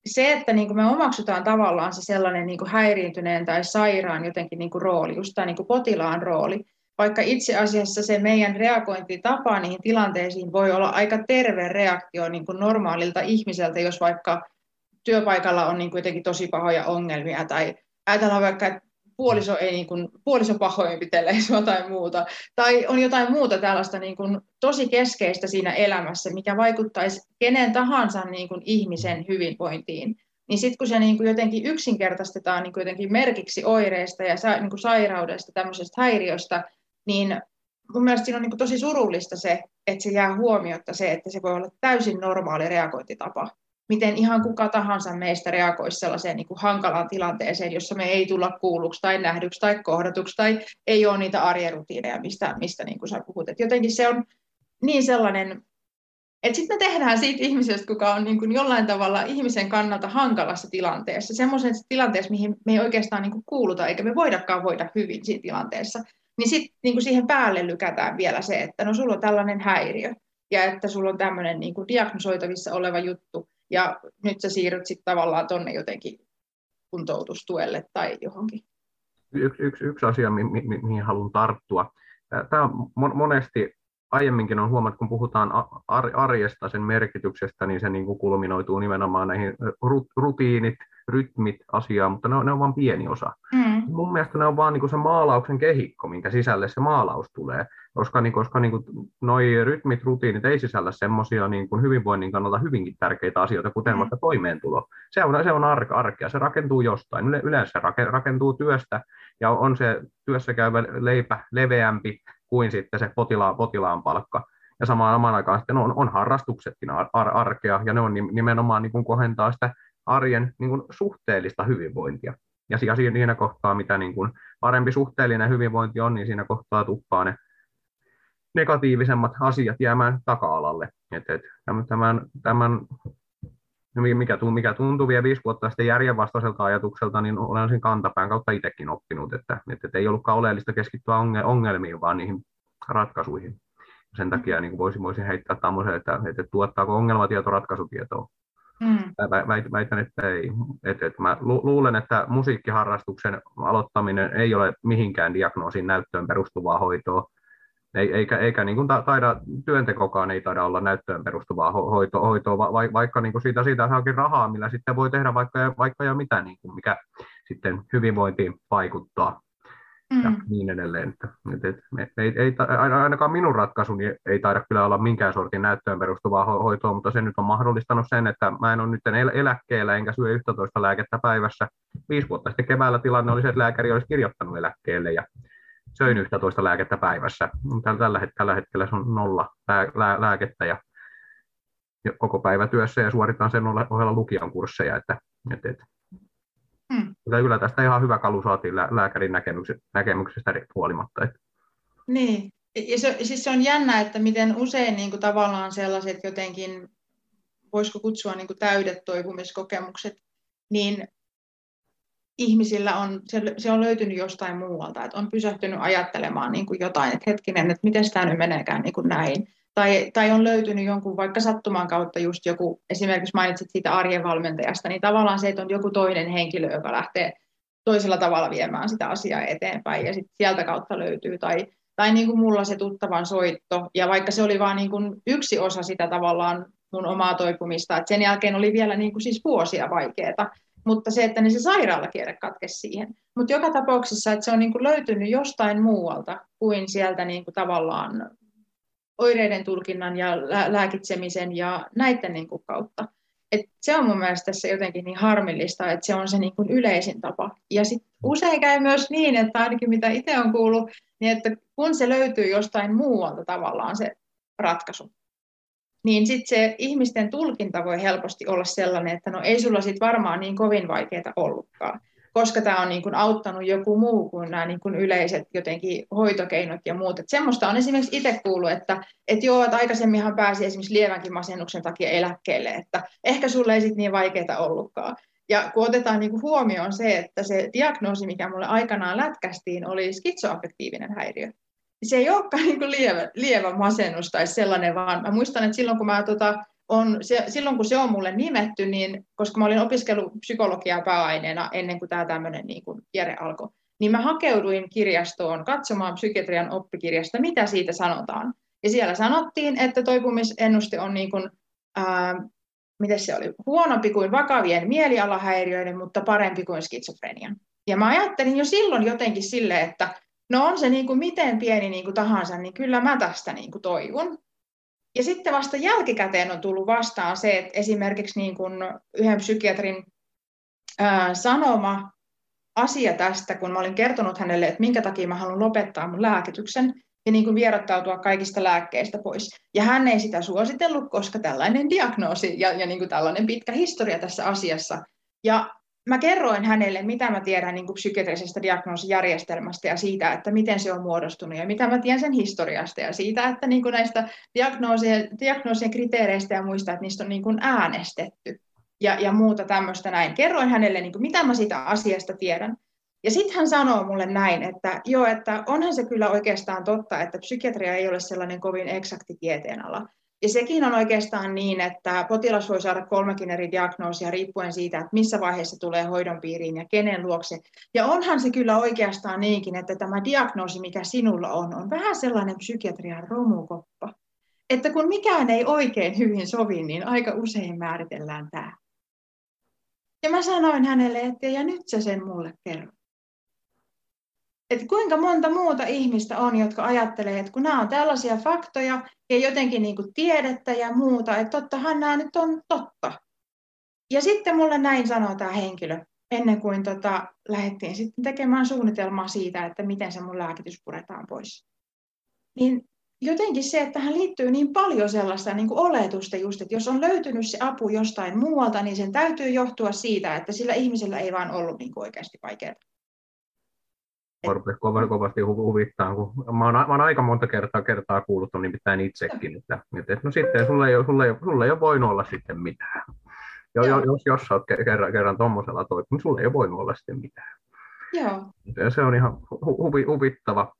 se, että niin kuin me omaksutaan tavallaan se sellainen niin kuin häiriintyneen tai sairaan jotenkin niin kuin rooli, just tämä niin kuin potilaan rooli, vaikka itse asiassa se meidän reagointitapa niihin tilanteisiin voi olla aika terve reaktio niin kuin normaalilta ihmiseltä, jos vaikka työpaikalla on niin kuin jotenkin tosi pahoja ongelmia tai ajatellaan vaikka, että puoliso, ei niin kuin, puoliso pahoinpitelee sua tai muuta, tai on jotain muuta tällaista niin kuin tosi keskeistä siinä elämässä, mikä vaikuttaisi kenen tahansa niin kuin ihmisen hyvinvointiin, niin sitten kun se niin kuin jotenkin yksinkertaistetaan niin kuin jotenkin merkiksi oireista ja sa, niin kuin sairaudesta, tämmöisestä häiriöstä, niin mun mielestä siinä on niin kuin tosi surullista se, että se jää huomiotta se, että se voi olla täysin normaali reagointitapa. Miten ihan kuka tahansa meistä reagoisi sellaiseen niin kuin hankalaan tilanteeseen, jossa me ei tulla kuulluksi tai nähdyksi tai kohdatuksi tai ei ole niitä arjen rutiineja, mistä, mistä niin kuin sä puhut. Et jotenkin se on niin sellainen, että sitten me tehdään siitä ihmisestä, kuka on niin kuin jollain tavalla ihmisen kannalta hankalassa tilanteessa, semmoisessa tilanteessa, mihin me ei oikeastaan niin kuin kuuluta eikä me voidakaan voida hyvin siinä tilanteessa, niin sitten niin kuin siihen päälle lykätään vielä se, että no sulla on tällainen häiriö ja että sulla on tämmöinen niin kuin diagnosoitavissa oleva juttu, ja nyt sä siirryt sitten tavallaan tuonne jotenkin kuntoutustuelle tai johonkin. Yksi, yksi, yksi asia, mi, mi, mihin haluan tarttua. Tämä on monesti, aiemminkin on huomattu, kun puhutaan arjesta, sen merkityksestä, niin se niin kuin kulminoituu nimenomaan näihin rutiinit, rytmit asiaan, mutta ne on, ne on vain pieni osa. Mm. Mun mielestä ne on vaan niin kuin se maalauksen kehikko, minkä sisälle se maalaus tulee, koska, niin, koska niin noi rytmit, rutiinit ei sisällä semmoisia niin kuin hyvinvoinnin kannalta hyvinkin tärkeitä asioita, kuten mm. vaikka toimeentulo. Se on, se on arkea, se rakentuu jostain, yleensä se rakentuu työstä, ja on se työssä käyvä leipä leveämpi kuin sitten se potilaan, potilaan palkka. Ja samaan, samaan aikaan sitten on, on harrastuksetkin ar- ar- arkea, ja ne on nimenomaan niin kuin kohentaa sitä arjen niin kuin suhteellista hyvinvointia. Ja siinä kohtaa, mitä niin kuin parempi suhteellinen hyvinvointi on, niin siinä kohtaa tuppaa ne negatiivisemmat asiat jäämään taka-alalle. Et, et, tämän, tämän, mikä, mikä tuntuu vielä viisi vuotta sitten järjenvastaiselta ajatukselta, niin olen sen kantapään kautta itsekin oppinut, että, että ei ollutkaan oleellista keskittyä ongelmiin, vaan niihin ratkaisuihin. Sen takia niin voisin, voisin heittää tämmöisen, että, että tuottaako ongelmatieto ratkaisutietoa. Mm. Väitän, että ei. Että, että mä luulen, että musiikkiharrastuksen aloittaminen ei ole mihinkään diagnoosin näyttöön perustuvaa hoitoa. Eikä, eikä niin kuin taida, työntekokaan ei taida olla näyttöön perustuvaa hoito, hoitoa, vaikka niin kuin siitä, siitä saakin rahaa, millä sitten voi tehdä vaikka, vaikka jo mitä, niin kuin mikä sitten hyvinvointiin vaikuttaa. Mm. Ja niin edelleen. Että, että, että, ei, ei, ainakaan minun ratkaisuni ei taida kyllä olla minkään sortin näyttöön perustuvaa hoitoa, mutta se nyt on mahdollistanut sen, että mä en ole nyt eläkkeellä enkä syö yksitoista lääkettä päivässä. Viisi vuotta sitten keväällä tilanne oli se, että lääkäri olisi kirjoittanut eläkkeelle ja söin yksitoista lääkettä päivässä. Tällä, tällä hetkellä se on nolla lää, lää, lääkettä ja koko päivä työssä ja suoritan sen ohella lukijan kursseja. Että, että, että. Hmm. Kyllä tästä ihan hyvä kalu saatiin lääkärin näkemyksestä huolimatta. Että. Niin, ja se, siis se on jännä, että miten usein niin kuin tavallaan sellaiset jotenkin, voisiko kutsua niin kuin täydet toipumiskokemukset, niin ihmisillä on, se on löytynyt jostain muualta, että on pysähtynyt ajattelemaan niin kuin jotain, että hetkinen, että miten tämä nyt meneekään niin kuin näin. Tai, tai on löytynyt jonkun vaikka sattuman kautta just joku, esimerkiksi mainitsit siitä arjen valmentajasta, niin tavallaan se, että on joku toinen henkilö, joka lähtee toisella tavalla viemään sitä asiaa eteenpäin ja sitten sieltä kautta löytyy. Tai, tai niin kuin mulla se tuttavan soitto, ja vaikka se oli vain niin kuin yksi osa sitä tavallaan mun omaa toipumista, että sen jälkeen oli vielä niin kuin siis vuosia vaikeaa, mutta se, että niin se sairaalakierre katkesi siihen. Mutta joka tapauksessa, että se on niin kuin löytynyt jostain muualta kuin sieltä niin kuin tavallaan oireiden tulkinnan ja lääkitsemisen ja näiden niin kuin kautta. Et se on mun mielestä tässä jotenkin niin harmillista, että se on se niin kuin yleisin tapa. Ja sit usein käy myös niin, että ainakin mitä itse on kuullut, niin että kun se löytyy jostain muualta tavallaan se ratkaisu, niin sitten se ihmisten tulkinta voi helposti olla sellainen, että no ei sulla sit varmaan niin kovin vaikeaa ollutkaan, koska tämä on niin kuin auttanut joku muu kuin nämä niin kuin yleiset jotenkin hoitokeinot ja muut. Et semmoista on esimerkiksi itse kuullut, että et joo, että aikaisemminhan pääsi esimerkiksi lievänkin masennuksen takia eläkkeelle, että ehkä sulle ei sit niin vaikeaa ollutkaan. Ja kun otetaan niin kuin huomioon se, että se diagnoosi, mikä mulle aikanaan lätkästiin, oli skitsoaffektiivinen häiriö. Se ei olekaan niin kuin lievä, lievä masennus tai sellainen, vaan mä muistan, että silloin kun mä tota, on, se, silloin kun se on mulle nimetty, niin koska mä olin opiskellut psykologiaa pääaineena ennen kuin tämä tämmöinen niin kuin kierre alkoi, niin mä hakeuduin kirjastoon katsomaan psykiatrian oppikirjasta, mitä siitä sanotaan. Ja siellä sanottiin, että toipumisennuste on niin kuin, ää, miten se oli, huonompi kuin vakavien mielialahäiriöiden, mutta parempi kuin skitsofrenian. Ja mä ajattelin jo silloin jotenkin silleen, että no on se niin kuin miten pieni niin kuin tahansa, niin kyllä mä tästä niin kuin toivon. Ja sitten vasta jälkikäteen on tullut vastaan se, että esimerkiksi niin kuin yhden psykiatrin ää, sanoma asia tästä, kun mä olin kertonut hänelle, että minkä takia mä haluan lopettaa mun lääkityksen ja niin kuin vierottautua kaikista lääkkeistä pois. Ja hän ei sitä suositellut, koska tällainen diagnoosi ja, ja niin kuin tällainen pitkä historia tässä asiassa. Ja mä kerroin hänelle, mitä mä tiedän niin kuin psykiatrisesta diagnoosijärjestelmästä ja siitä, että miten se on muodostunut ja mitä mä tiedän sen historiasta ja siitä, että niin kuin näistä diagnoosien, diagnoosien kriteereistä ja muista, että niistä on niin kuin äänestetty ja, ja muuta tämmöistä näin. Kerroin hänelle, niin kuin, mitä mä siitä asiasta tiedän. Ja sitten hän sanoo mulle näin, että joo, että onhan se kyllä oikeastaan totta, että psykiatria ei ole sellainen kovin eksakti tieteenala. Ja sekin on oikeastaan niin, että potilas voi saada kolmekin eri diagnoosia riippuen siitä, että missä vaiheessa tulee hoidon piiriin ja kenen luokse. Ja onhan se kyllä oikeastaan niinkin, että tämä diagnoosi, mikä sinulla on, on vähän sellainen psykiatrian romukoppa. Että kun mikään ei oikein hyvin sovi, niin aika usein määritellään tämä. Ja mä sanoin hänelle, että ja nyt sä sen mulle kerro. Että kuinka monta muuta ihmistä on, jotka ajattelee, että kun nämä on tällaisia faktoja ja jotenkin niin kuin tiedettä ja muuta, että tottahan nämä nyt on totta. Ja sitten mulle näin sanoo tämä henkilö, ennen kuin tota, lähdettiin sitten tekemään suunnitelmaa siitä, että miten se mun lääkitys puretaan pois. Niin jotenkin se, että tähän liittyy niin paljon sellaista niin kuin oletusta just, että jos on löytynyt se apu jostain muualta, niin sen täytyy johtua siitä, että sillä ihmisellä ei vaan ollut niin kuin oikeasti vaikeaa. Kovasti, kovasti huvittaa, kun mä oon, mä oon aika monta kertaa, kertaa kuullut on nimittäin itsekin, että, että no sitten sulle ei, ole, sulle, ei, sulle ei ole voinut olla sitten mitään. Jo, jo, jos, jos sä oot kerran, kerran tuommoisella toipumassa, niin sulle ei ole voinut olla sitten mitään. Joo. Ja se on ihan hu, huvi, huvittava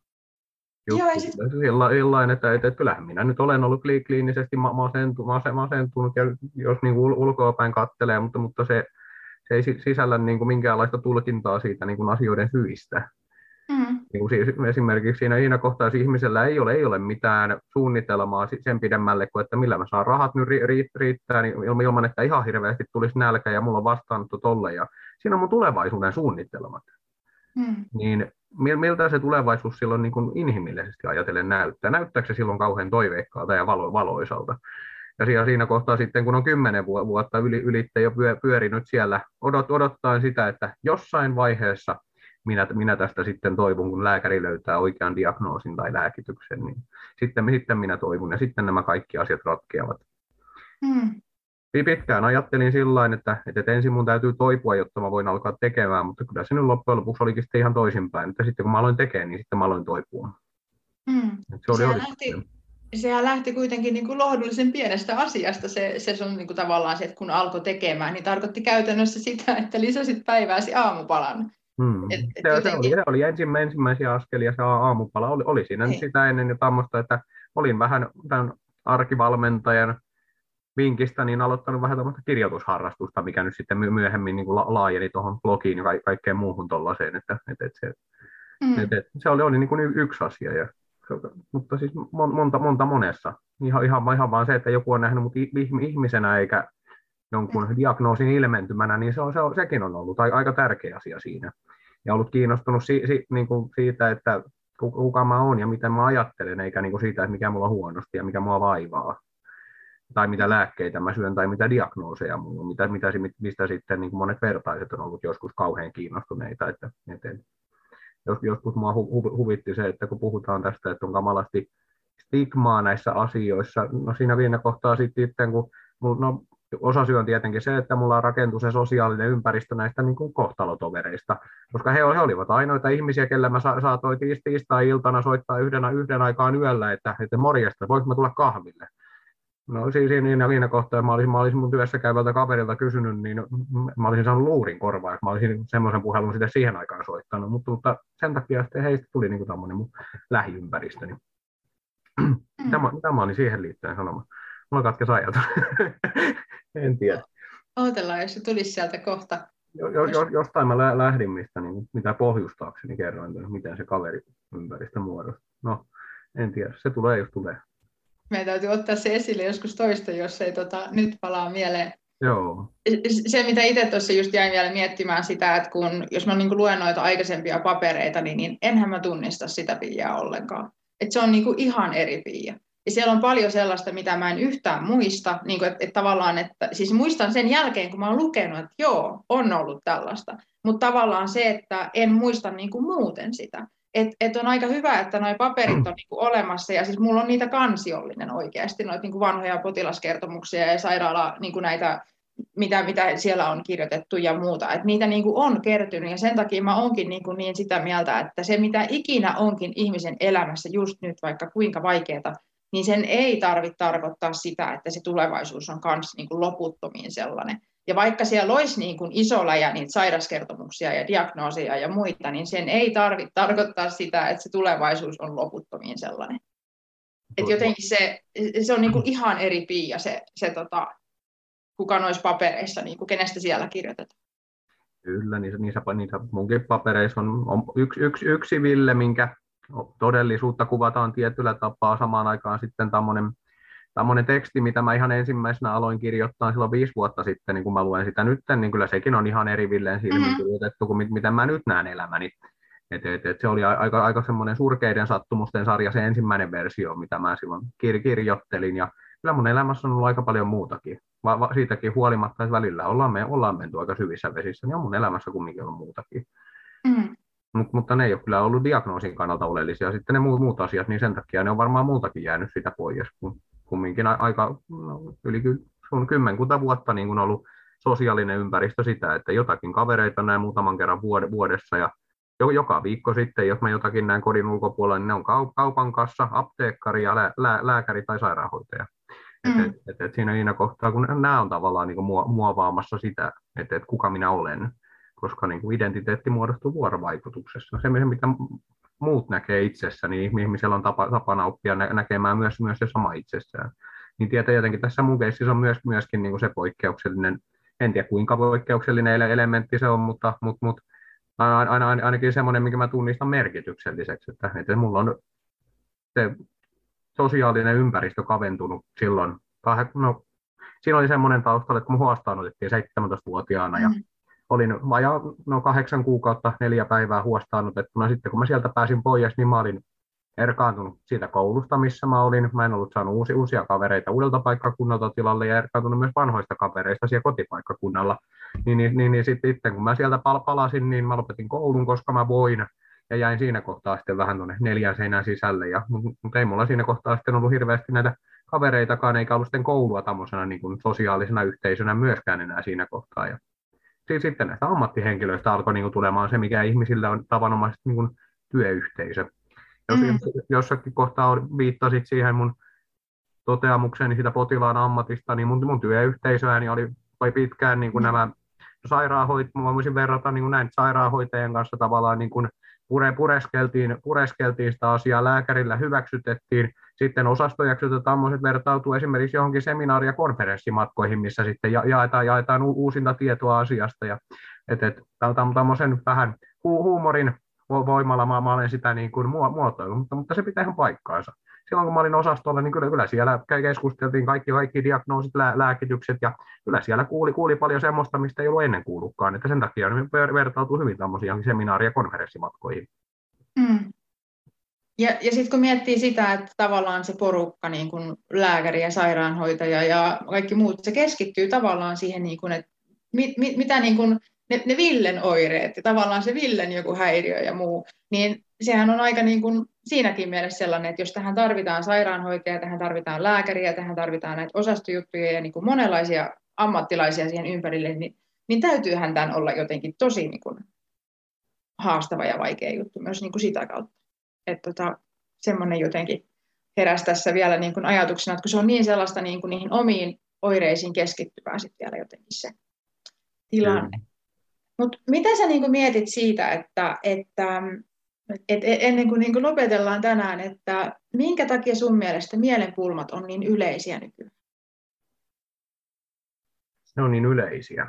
juttu. Joo, sit... Sillain, että, että, että kyllähän minä nyt olen ollut kliinisesti masentunut, masentunut ja jos niin kuin ulkoapäin kattelee, mutta, mutta se Se ei sisällä niin kuin minkäänlaista tulkintaa siitä niin kuin asioiden syistä. Mm. Niin kuin esimerkiksi siinä, siinä kohtaa, jos ihmisellä ei ole, ei ole mitään suunnitelmaa sen pidemmälle kuin, että millä mä saan rahat nyt riittää, niin ilman, että ihan hirveästi tulisi nälkä ja mulla on vastaanotto tolle. Ja siinä on mun tulevaisuuden suunnitelmat. Mm. Niin miltä se tulevaisuus silloin niin kuin inhimillisesti ajatellen näyttää? Näyttääkö se silloin kauhean toiveikkaalta ja valo, valoisalta? Ja siinä kohtaa sitten, kun on kymmenen vuotta yli, ylittä jo pyörinyt siellä odot, odottaen sitä, että jossain vaiheessa minä, minä tästä sitten toivon, kun lääkäri löytää oikean diagnoosin tai lääkityksen, niin sitten, sitten minä toivon ja sitten nämä kaikki asiat ratkeavat. Hmm. Pitkään ajattelin sillain, että, että ensin mun täytyy toipua, jotta mä voin alkaa tekemään, mutta kyllä se nyt loppujen lopuksi olikin sitten ihan toisinpäin. Että sitten kun mä aloin tekemään, niin sitten mä aloin toipua. Hmm. Se oli lähti... Sehän lähti kuitenkin niin kuin lohdullisen pienestä asiasta. Se, se on niin kuin tavallaan se, että kun alkoi tekemään, niin tarkoitti käytännössä sitä, että lisäsit päivääsi aamupalan. Hmm. Et, et se, jotenkin... se, oli, se oli ensimmä, ensimmäisiä askelia, se aamupala oli, oli siinä Hei. sitä ennen jo tämmöistä, että olin vähän tämän arkivalmentajan vinkistä niin aloittanut vähän tämmöistä kirjoitusharrastusta, mikä nyt sitten myöhemmin niin kuin laajeni tuohon blogiin ja ka- kaikkeen muuhun tuollaiseen. Että, et, et se, hmm. et, et, se oli, oli niin kuin yksi asia. Ja, mutta siis monta, monta monessa. Ihan, ihan, ihan vaan se, että joku on nähnyt mut ihmisenä eikä jonkun diagnoosin ilmentymänä, niin se on, se on, sekin on ollut aika tärkeä asia siinä. Ja ollut kiinnostunut si, si, niin kuin siitä, että kuka mä oon ja miten mä ajattelen, eikä niin kuin siitä, että mikä mulla on huonosti ja mikä mua vaivaa. Tai mitä lääkkeitä mä syön tai mitä diagnooseja mulla on, mitä, mitä, mistä sitten niin kuin monet vertaiset on ollut joskus kauhean kiinnostuneita. Että, että joskus mua huvitti se, että kun puhutaan tästä, että on kamalasti stigmaa näissä asioissa, no siinä viime kohtaa sitten, kun no, osasyy on tietenkin se, että mulla rakentui se sosiaalinen ympäristö näistä niin kuin kohtalotovereista, koska he, he olivat ainoita ihmisiä, kelle mä sa- saatoin tiistai-iltana soittaa yhden, yhden aikaan yöllä, että, että morjesta, voinko mä tulla kahville? No siis siinä, siinä kohtaa, mä olisin, mä olisin mun työssä käyvältä kaverilta kysynyt, niin mä olisin saanut luurin korvaa, että mä olisin semmoisen puhelun sitten siihen aikaan soittanut, mutta, mutta sen takia sitten heistä tuli niin kuin tämmöinen mun lähiympäristö. Niin. Mm. Tämä, tämä oli siihen liittyen sanoma. mulla katkesi ajatus. En tiedä. Odotellaan, jos se tulisi sieltä kohta. Jo, jo, jostain mä lä- lähdin, mistä niin, mitä pohjustaakseni kerroin, miten se kaveri ympäristö muodostuu. No, en tiedä. Se tulee, jos tulee. Meidän täytyy ottaa se esille joskus toista, jos ei tota, nyt palaa mieleen. Joo. Se, mitä itse tuossa just jäin vielä miettimään sitä, että kun, jos mä niin luen noita aikaisempia papereita, niin, niin enhän mä tunnista sitä Piiaa ollenkaan. Että se on niin kuin ihan eri Piia. Ja siellä on paljon sellaista, mitä mä en yhtään muista. Niin kuin, että, että tavallaan, että, siis muistan sen jälkeen, kun mä oon lukenut, että joo, on ollut tällaista. Mutta tavallaan se, että en muista niin kuin muuten sitä. Että et on aika hyvä, että nuo paperit on niinku olemassa, ja siis mulla on niitä kansiollinen oikeasti, noita niinku vanhoja potilaskertomuksia ja sairaala niinku näitä, mitä, mitä siellä on kirjoitettu ja muuta. Et niitä niinku on kertynyt, ja sen takia mä oonkin niinku niin sitä mieltä, että se mitä ikinä onkin ihmisen elämässä just nyt, vaikka kuinka vaikeaa, niin sen ei tarvitse tarkoittaa sitä, että se tulevaisuus on myös niinku loputtomiin sellainen. Ja vaikka siellä olisi niin kuin iso läjä niitä sairaskertomuksia ja diagnooseja ja muita, niin sen ei tarvitse tarkoittaa sitä, että se tulevaisuus on loputtomiin sellainen. Että jotenkin se, se on niin kuin ihan eri Piia se, se tota, kuka noissa papereissa, niin kuin kenestä siellä kirjoitetaan. Kyllä, niissä, niissä, niissä munkin papereissa on, on yksi, yksi, yksi Ville, minkä todellisuutta kuvataan tietyllä tapaa, samaan aikaan sitten tämmöinen Tämmöinen teksti, mitä mä ihan ensimmäisenä aloin kirjoittaa silloin viisi vuotta sitten, niin kun mä luen sitä nyt, niin kyllä sekin on ihan eri Villeen silmin mm-hmm. kirjoitettu kuin mit, miten mä nyt näen elämäni. Et, et, et se oli aika, aika semmoinen surkeiden sattumusten sarja, se ensimmäinen versio, mitä mä silloin kir- kirjoittelin. Ja kyllä mun elämässä on ollut aika paljon muutakin. Va- va- siitäkin huolimatta, että välillä ollaan, me, ollaan menty aika syvissä vesissä, niin on mun elämässä kumminkin ollut muutakin. Mm-hmm. Mut, mutta ne ei ole kyllä ollut diagnoosin kannalta oleellisia. Sitten ne muut, muut asiat, niin sen takia ne on varmaan muutakin jäänyt sitä pois, kun kumminkin aika no, yli sun kymmenkunta vuotta niin kun on ollut sosiaalinen ympäristö sitä, että jotakin kavereita näen muutaman kerran vuodessa ja joka viikko sitten, jos mä jotakin näen kodin ulkopuolella, niin ne on kaupan kassa, apteekkari ja lää, lää, lääkäri tai sairaanhoitaja. Mm. Et, et, et, et siinä, siinä kohtaa, kun nämä on tavallaan niin muovaamassa sitä, että et kuka minä olen, koska niin kuin identiteetti muodostuu vuorovaikutuksessa. Se, mitä muut näkee itsessä, niin ihmisellä on tapa, tapana oppia nä- näkemään myös, myös se sama itsessään. Niin tietää jotenkin tässä mun keississä on myös, myöskin niin kuin se poikkeuksellinen, en tiedä kuinka poikkeuksellinen elementti se on, mutta, mutta, mutta aina, aina, ainakin semmoinen, minkä mä tunnistan merkitykselliseksi, että, että mulla on se sosiaalinen ympäristö kaventunut silloin. No, siinä oli semmoinen taustalla, että kun mun huostaan otettiin seitsemäntoistavuotiaana ja mm. olin vajaa no kahdeksan kuukautta, neljä päivää huostaanotettuna. Sitten kun mä sieltä pääsin pois, niin mä olin erkaantunut siitä koulusta, missä mä olin. Mä en ollut saanut uusia, uusia kavereita uudelta paikkakunnalta tilalle ja erkaantunut myös vanhoista kavereista siellä kotipaikkakunnalla. Niin, niin, niin, niin sitten kun mä sieltä palasin, niin mä lopetin koulun, koska mä voin. Ja jäin siinä kohtaa sitten vähän tuonne neljän seinän sisälle. Ja, mutta ei mulla siinä kohtaa sitten ollut hirveästi näitä kavereitakaan, eikä ollut sitten koulua tämmöisenä niin kuin sosiaalisena yhteisönä myöskään enää siinä kohtaa. Ja sitten näistä ammattihenkilöistä alkoi niin kuin tulemaan se, mikä ihmisillä on tavanomaisesti niin kuin työyhteisö. Jos mm. jossakin kohtaa viittasit siihen mun toteamukseni siitä potilaan ammatista, niin mun, mun työyhteisöäni oli, oli pitkään niin kuin mm. nämä sairaanhoitajat, mä voisin verrata niin kuin näin sairaanhoitajien kanssa tavallaan niin kuin pure, pureskeltiin, pureskeltiin sitä asiaa, lääkärillä hyväksytettiin, sitten osastojaksot ja tämmöiset vertautuu esimerkiksi johonkin seminaari- ja konferenssimatkoihin, missä sitten ja, jaetaan, jaetaan uusinta tietoa asiasta, ja et, et, tämmöisen vähän hu, huumorin voimalla mä, mä olen sitä niin kuin muotoillut, mutta, mutta se pitää ihan paikkaansa. Silloin kun mä olin osastolla, niin kyllä, kyllä siellä keskusteltiin kaikki, kaikki diagnoosit, lää, lääkitykset, ja kyllä siellä kuuli, kuuli paljon semmoista, mistä ei ollut ennen kuullutkaan, että sen takia niin vertautuu hyvin tämmöisiä seminaari- ja konferenssimatkoihin. Mm. Ja, ja sitten kun miettii sitä, että tavallaan se porukka, niin kuin lääkäri ja sairaanhoitaja ja kaikki muut, se keskittyy tavallaan siihen, niin kuin, että mit, mit, mitä niin kuin Ne, ne Villen oireet ja tavallaan se Villen joku häiriö ja muu, niin sehän on aika niin kuin siinäkin mielessä sellainen, että jos tähän tarvitaan sairaanhoitajia, tähän tarvitaan lääkäriä, tähän tarvitaan näitä osastojuttuja ja niin kuin monenlaisia ammattilaisia siihen ympärille, niin, niin täytyyhän tämän olla jotenkin tosi niin kuin haastava ja vaikea juttu myös niin kuin sitä kautta. Että tota, semmoinen jotenkin heräsi tässä vielä niin kuin ajatuksena, että kun se on niin sellaista niin kuin niihin omiin oireisiin keskittyvää sitten vielä jotenkin se tilanne. Mm. Mutta mitä sä niinku mietit siitä, että, että et ennen kuin niinku lopetellaan tänään, että minkä takia sun mielestä mielenpulmat on niin yleisiä nykyään? ne on niin yleisiä.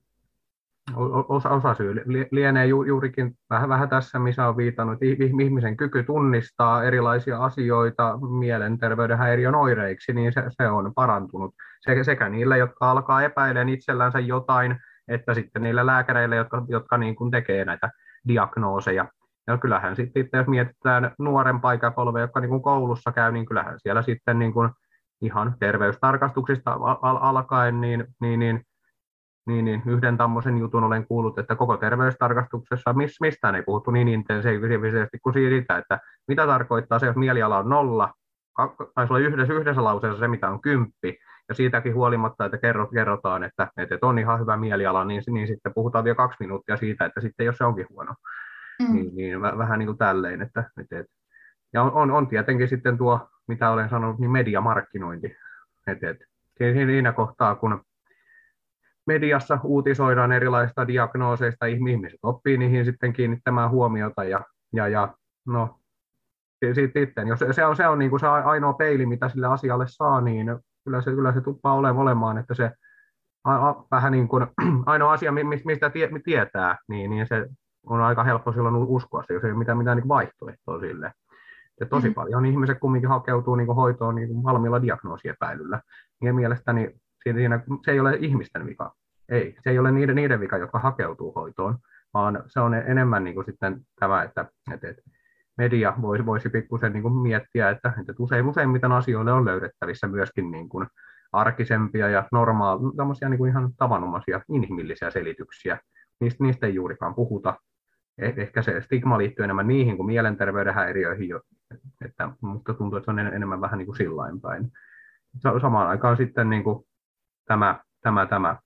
Osa, osa syy lienee ju, juurikin vähän, vähän tässä, missä on viitannut, ihmisen kyky tunnistaa erilaisia asioita mielenterveyden häiriön oireiksi, niin se, se on parantunut sekä, sekä niille, jotka alkaa epäilemään itsellänsä jotain, että sitten niille lääkäreille, jotka, jotka niin kuin tekee näitä diagnooseja. Ja kyllähän sitten, jos mietitään nuorempaa ikäpolvea, jotka niin kuin koulussa käy, niin kyllähän siellä sitten niin kuin ihan terveystarkastuksista al- alkaen, niin, niin, niin Niin, niin, yhden tämmöisen jutun olen kuullut, että koko terveystarkastuksessa mis, mistään ei puhuttu niin intensiivisesti kuin siitä, että mitä tarkoittaa se, jos mieliala on nolla, taisi olla yhdessä, yhdessä lauseessa se, mitä on kymppi, ja siitäkin huolimatta, että kerrotaan, että, että on ihan hyvä mieliala, niin, niin sitten puhutaan vielä kaksi minuuttia siitä, että sitten jos se onkin huono, mm. niin, niin vähän niin kuin tälleen. Että, että, ja on, on, on tietenkin sitten tuo, mitä olen sanonut, niin mediamarkkinointi. Että, että siinä kohtaa, kun mediassa uutisoidaan erilaisista diagnooseista, ihmiset oppii niihin sitten kiinnittämään huomiota ja, ja, ja no, sitten, jos se on, se on niin kuin se ainoa peili, mitä sille asialle saa, niin kyllä se, kyllä se tuppaa olemaan, että se a, a, vähän niin kuin ainoa asia, mistä tie, tietää, niin, niin se on aika helppo silloin uskoa se, jos ei ole mitään, mitään niin vaihtoehtoa sille. Ja tosi mm. paljon ihmiset kumminkin hakeutuu niin kuin hoitoon niin kuin valmiilla diagnoosiepäilyllä. Ja mielestäni siinä, se ei ole ihmisten vika. Ei, se ei ole niiden, niiden vika, jotka hakeutuu hoitoon, vaan se on enemmän niin kuin sitten tämä, että, että media voisi, voisi pikkusen niin kuin miettiä, että, että usein, useimmiten asioille on löydettävissä myöskin niin kuin arkisempia ja normaaleja, niin kuin ihan tavanomaisia inhimillisiä selityksiä. Niistä, niistä ei juurikaan puhuta. Ehkä se stigma liittyy enemmän niihin kuin mielenterveyden häiriöihin, että musta tuntuu, että se on enemmän vähän niin kuin sillain päin. Samaan aikaan sitten niin kuin tämä, tämä, tämä.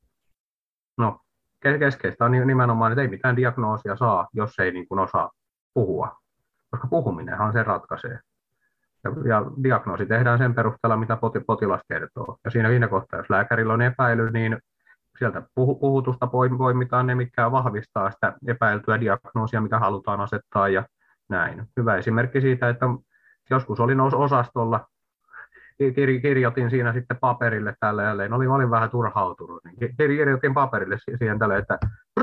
No, keskeistä on nimenomaan, että ei mitään diagnoosia saa, jos ei niin kuin osaa puhua, koska puhuminenhan se ratkaisee. Ja, ja diagnoosi tehdään sen perusteella, mitä potilas kertoo. Ja siinä, siinä kohtaa, jos lääkärillä on epäily, niin sieltä puhutusta poimitaan ne, mikä vahvistaa sitä epäiltyä diagnoosia, mikä halutaan asettaa ja näin. Hyvä esimerkki siitä, että joskus olin osastolla, kirjoitin siinä sitten paperille tälle jälleen, olin, olin vähän turhautunut, niin kirjoitin paperille siihen tälle, että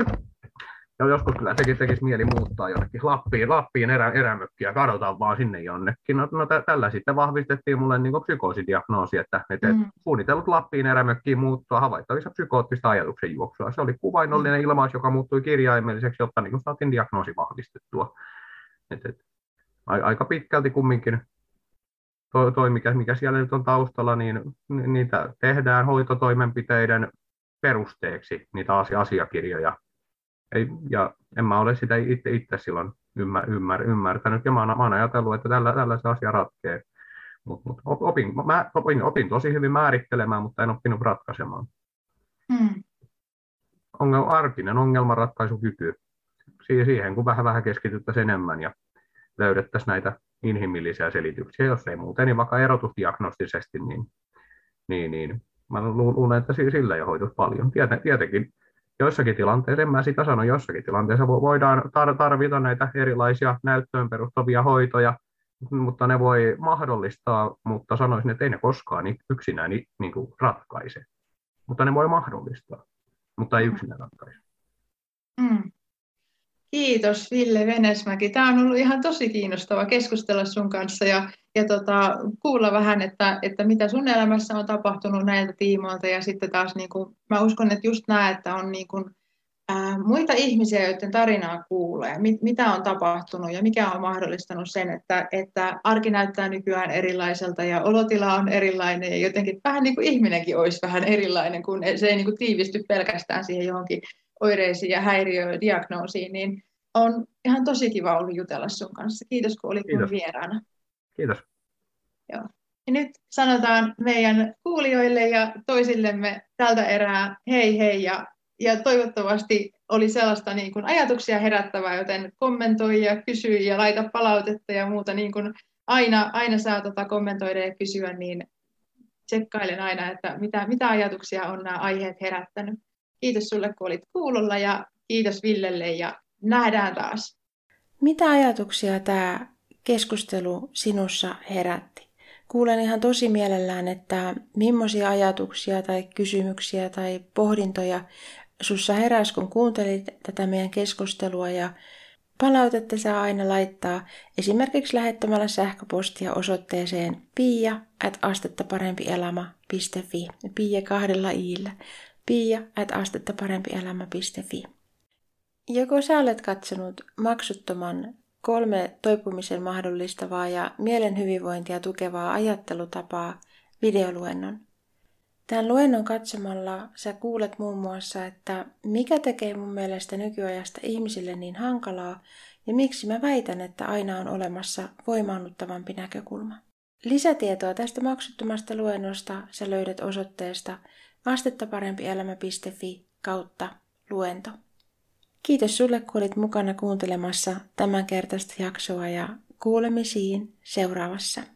ja joskus kyllä sekin tekisi mieli muuttaa jonnekin Lappiin, Lappiin erä, erämökkiä, kadotaan vaan sinne jonnekin. No, no tällä sitten vahvistettiin mulle niin psykoosidiagnoosi, että, että mm. suunnitellut Lappiin erämökkiin muuttua havaittavissa psykoottista ajatuksen juoksua. Se oli kuvainnollinen mm. ilmaus, joka muuttui kirjaimelliseksi, jotta niin saatiin diagnoosi vahvistettua. Et, et, aika pitkälti kumminkin toi, toi mikä, mikä siellä nyt on taustalla, niin niitä tehdään hoitotoimenpiteiden perusteeksi, niitä asiakirjoja. Ei, ja en mä ole sitä itse, itse silloin ymmär, ymmär, ymmärtänyt, ja mä oon, mä oon ajatellut, että tällä, tällä se asia ratkeaa. Mut, mut opin, mä opin, opin tosi hyvin määrittelemään, mutta en oppinut ratkaisemaan. Hmm. Ongel, arkinen ongelmanratkaisukyky. Siihen kun vähän vähän keskityttäisiin enemmän ja löydettäisiin näitä inhimillisiä selityksiä, jos ei muuten, niin vaikka erotusdiagnostisesti, niin, niin, niin mä luulen, että sillä jo hoituisi paljon. Tieten, tietenkin joissakin tilanteissa, en mä sitä sano, jossakin tilanteissa voidaan tarvita näitä erilaisia näyttöön perustuvia hoitoja, mutta ne voi mahdollistaa, mutta sanoisin, että ei ne koskaan yksinään niin, niin kuin ratkaise. Mutta ne voi mahdollistaa, mutta ei yksinään ratkaise. Mm. Kiitos Ville Venesmäki. Tämä on ollut ihan tosi kiinnostava keskustella sun kanssa ja, ja tota, kuulla vähän, että, että mitä sun elämässä on tapahtunut näiltä tiimoilta. Ja sitten taas niin kuin, mä uskon, että just nämä, että on niin kuin, ää, muita ihmisiä, joiden tarinaa kuulee, mit, mitä on tapahtunut ja mikä on mahdollistanut sen, että, että arki näyttää nykyään erilaiselta ja olotila on erilainen ja jotenkin vähän niin kuin ihminenkin olisi vähän erilainen, kun se ei niin kuin tiivisty pelkästään siihen johonkin oireisiin ja häiriöön diagnoosiin, niin on ihan tosi kiva ollut jutella sun kanssa. Kiitos, kun olit mun vieraana. Kiitos. Joo. Ja nyt sanotaan meidän kuulijoille ja toisillemme tältä erää hei hei ja, ja toivottavasti oli sellaista niin kuin ajatuksia herättävää, joten kommentoi ja kysy ja laita palautetta ja muuta niin kuin aina, aina saa tota kommentoida ja kysyä, niin tsekkailen aina, että mitä, mitä ajatuksia on nämä aiheet herättänyt. Kiitos sulle, kun olit kuulolla ja kiitos Villelle ja nähdään taas. Mitä ajatuksia tämä keskustelu sinussa herätti? Kuulen ihan tosi mielellään, että millaisia ajatuksia tai kysymyksiä tai pohdintoja sussa heräsi, kun kuuntelit tätä meidän keskustelua, ja palautetta saa aina laittaa esimerkiksi lähettämällä sähköpostia osoitteeseen pia at astettaparempielämä piste fi. Pia kahdella iillä. Pia at astettaparempielämä piste fi. Joko sä olet katsonut maksuttoman kolme toipumisen mahdollistavaa ja mielen hyvinvointia tukevaa ajattelutapaa videoluennon. Tämän luennon katsomalla sä kuulet muun muassa, että mikä tekee mun mielestä nykyajasta ihmisille niin hankalaa ja miksi mä väitän, että aina on olemassa voimaannuttavampi näkökulma. Lisätietoa tästä maksuttomasta luennosta sä löydät osoitteesta astettaparempielämä piste fi kautta luento. Kiitos sulle, kun olit mukana kuuntelemassa tämänkertaista jaksoa, ja kuulemisiin seuraavassa.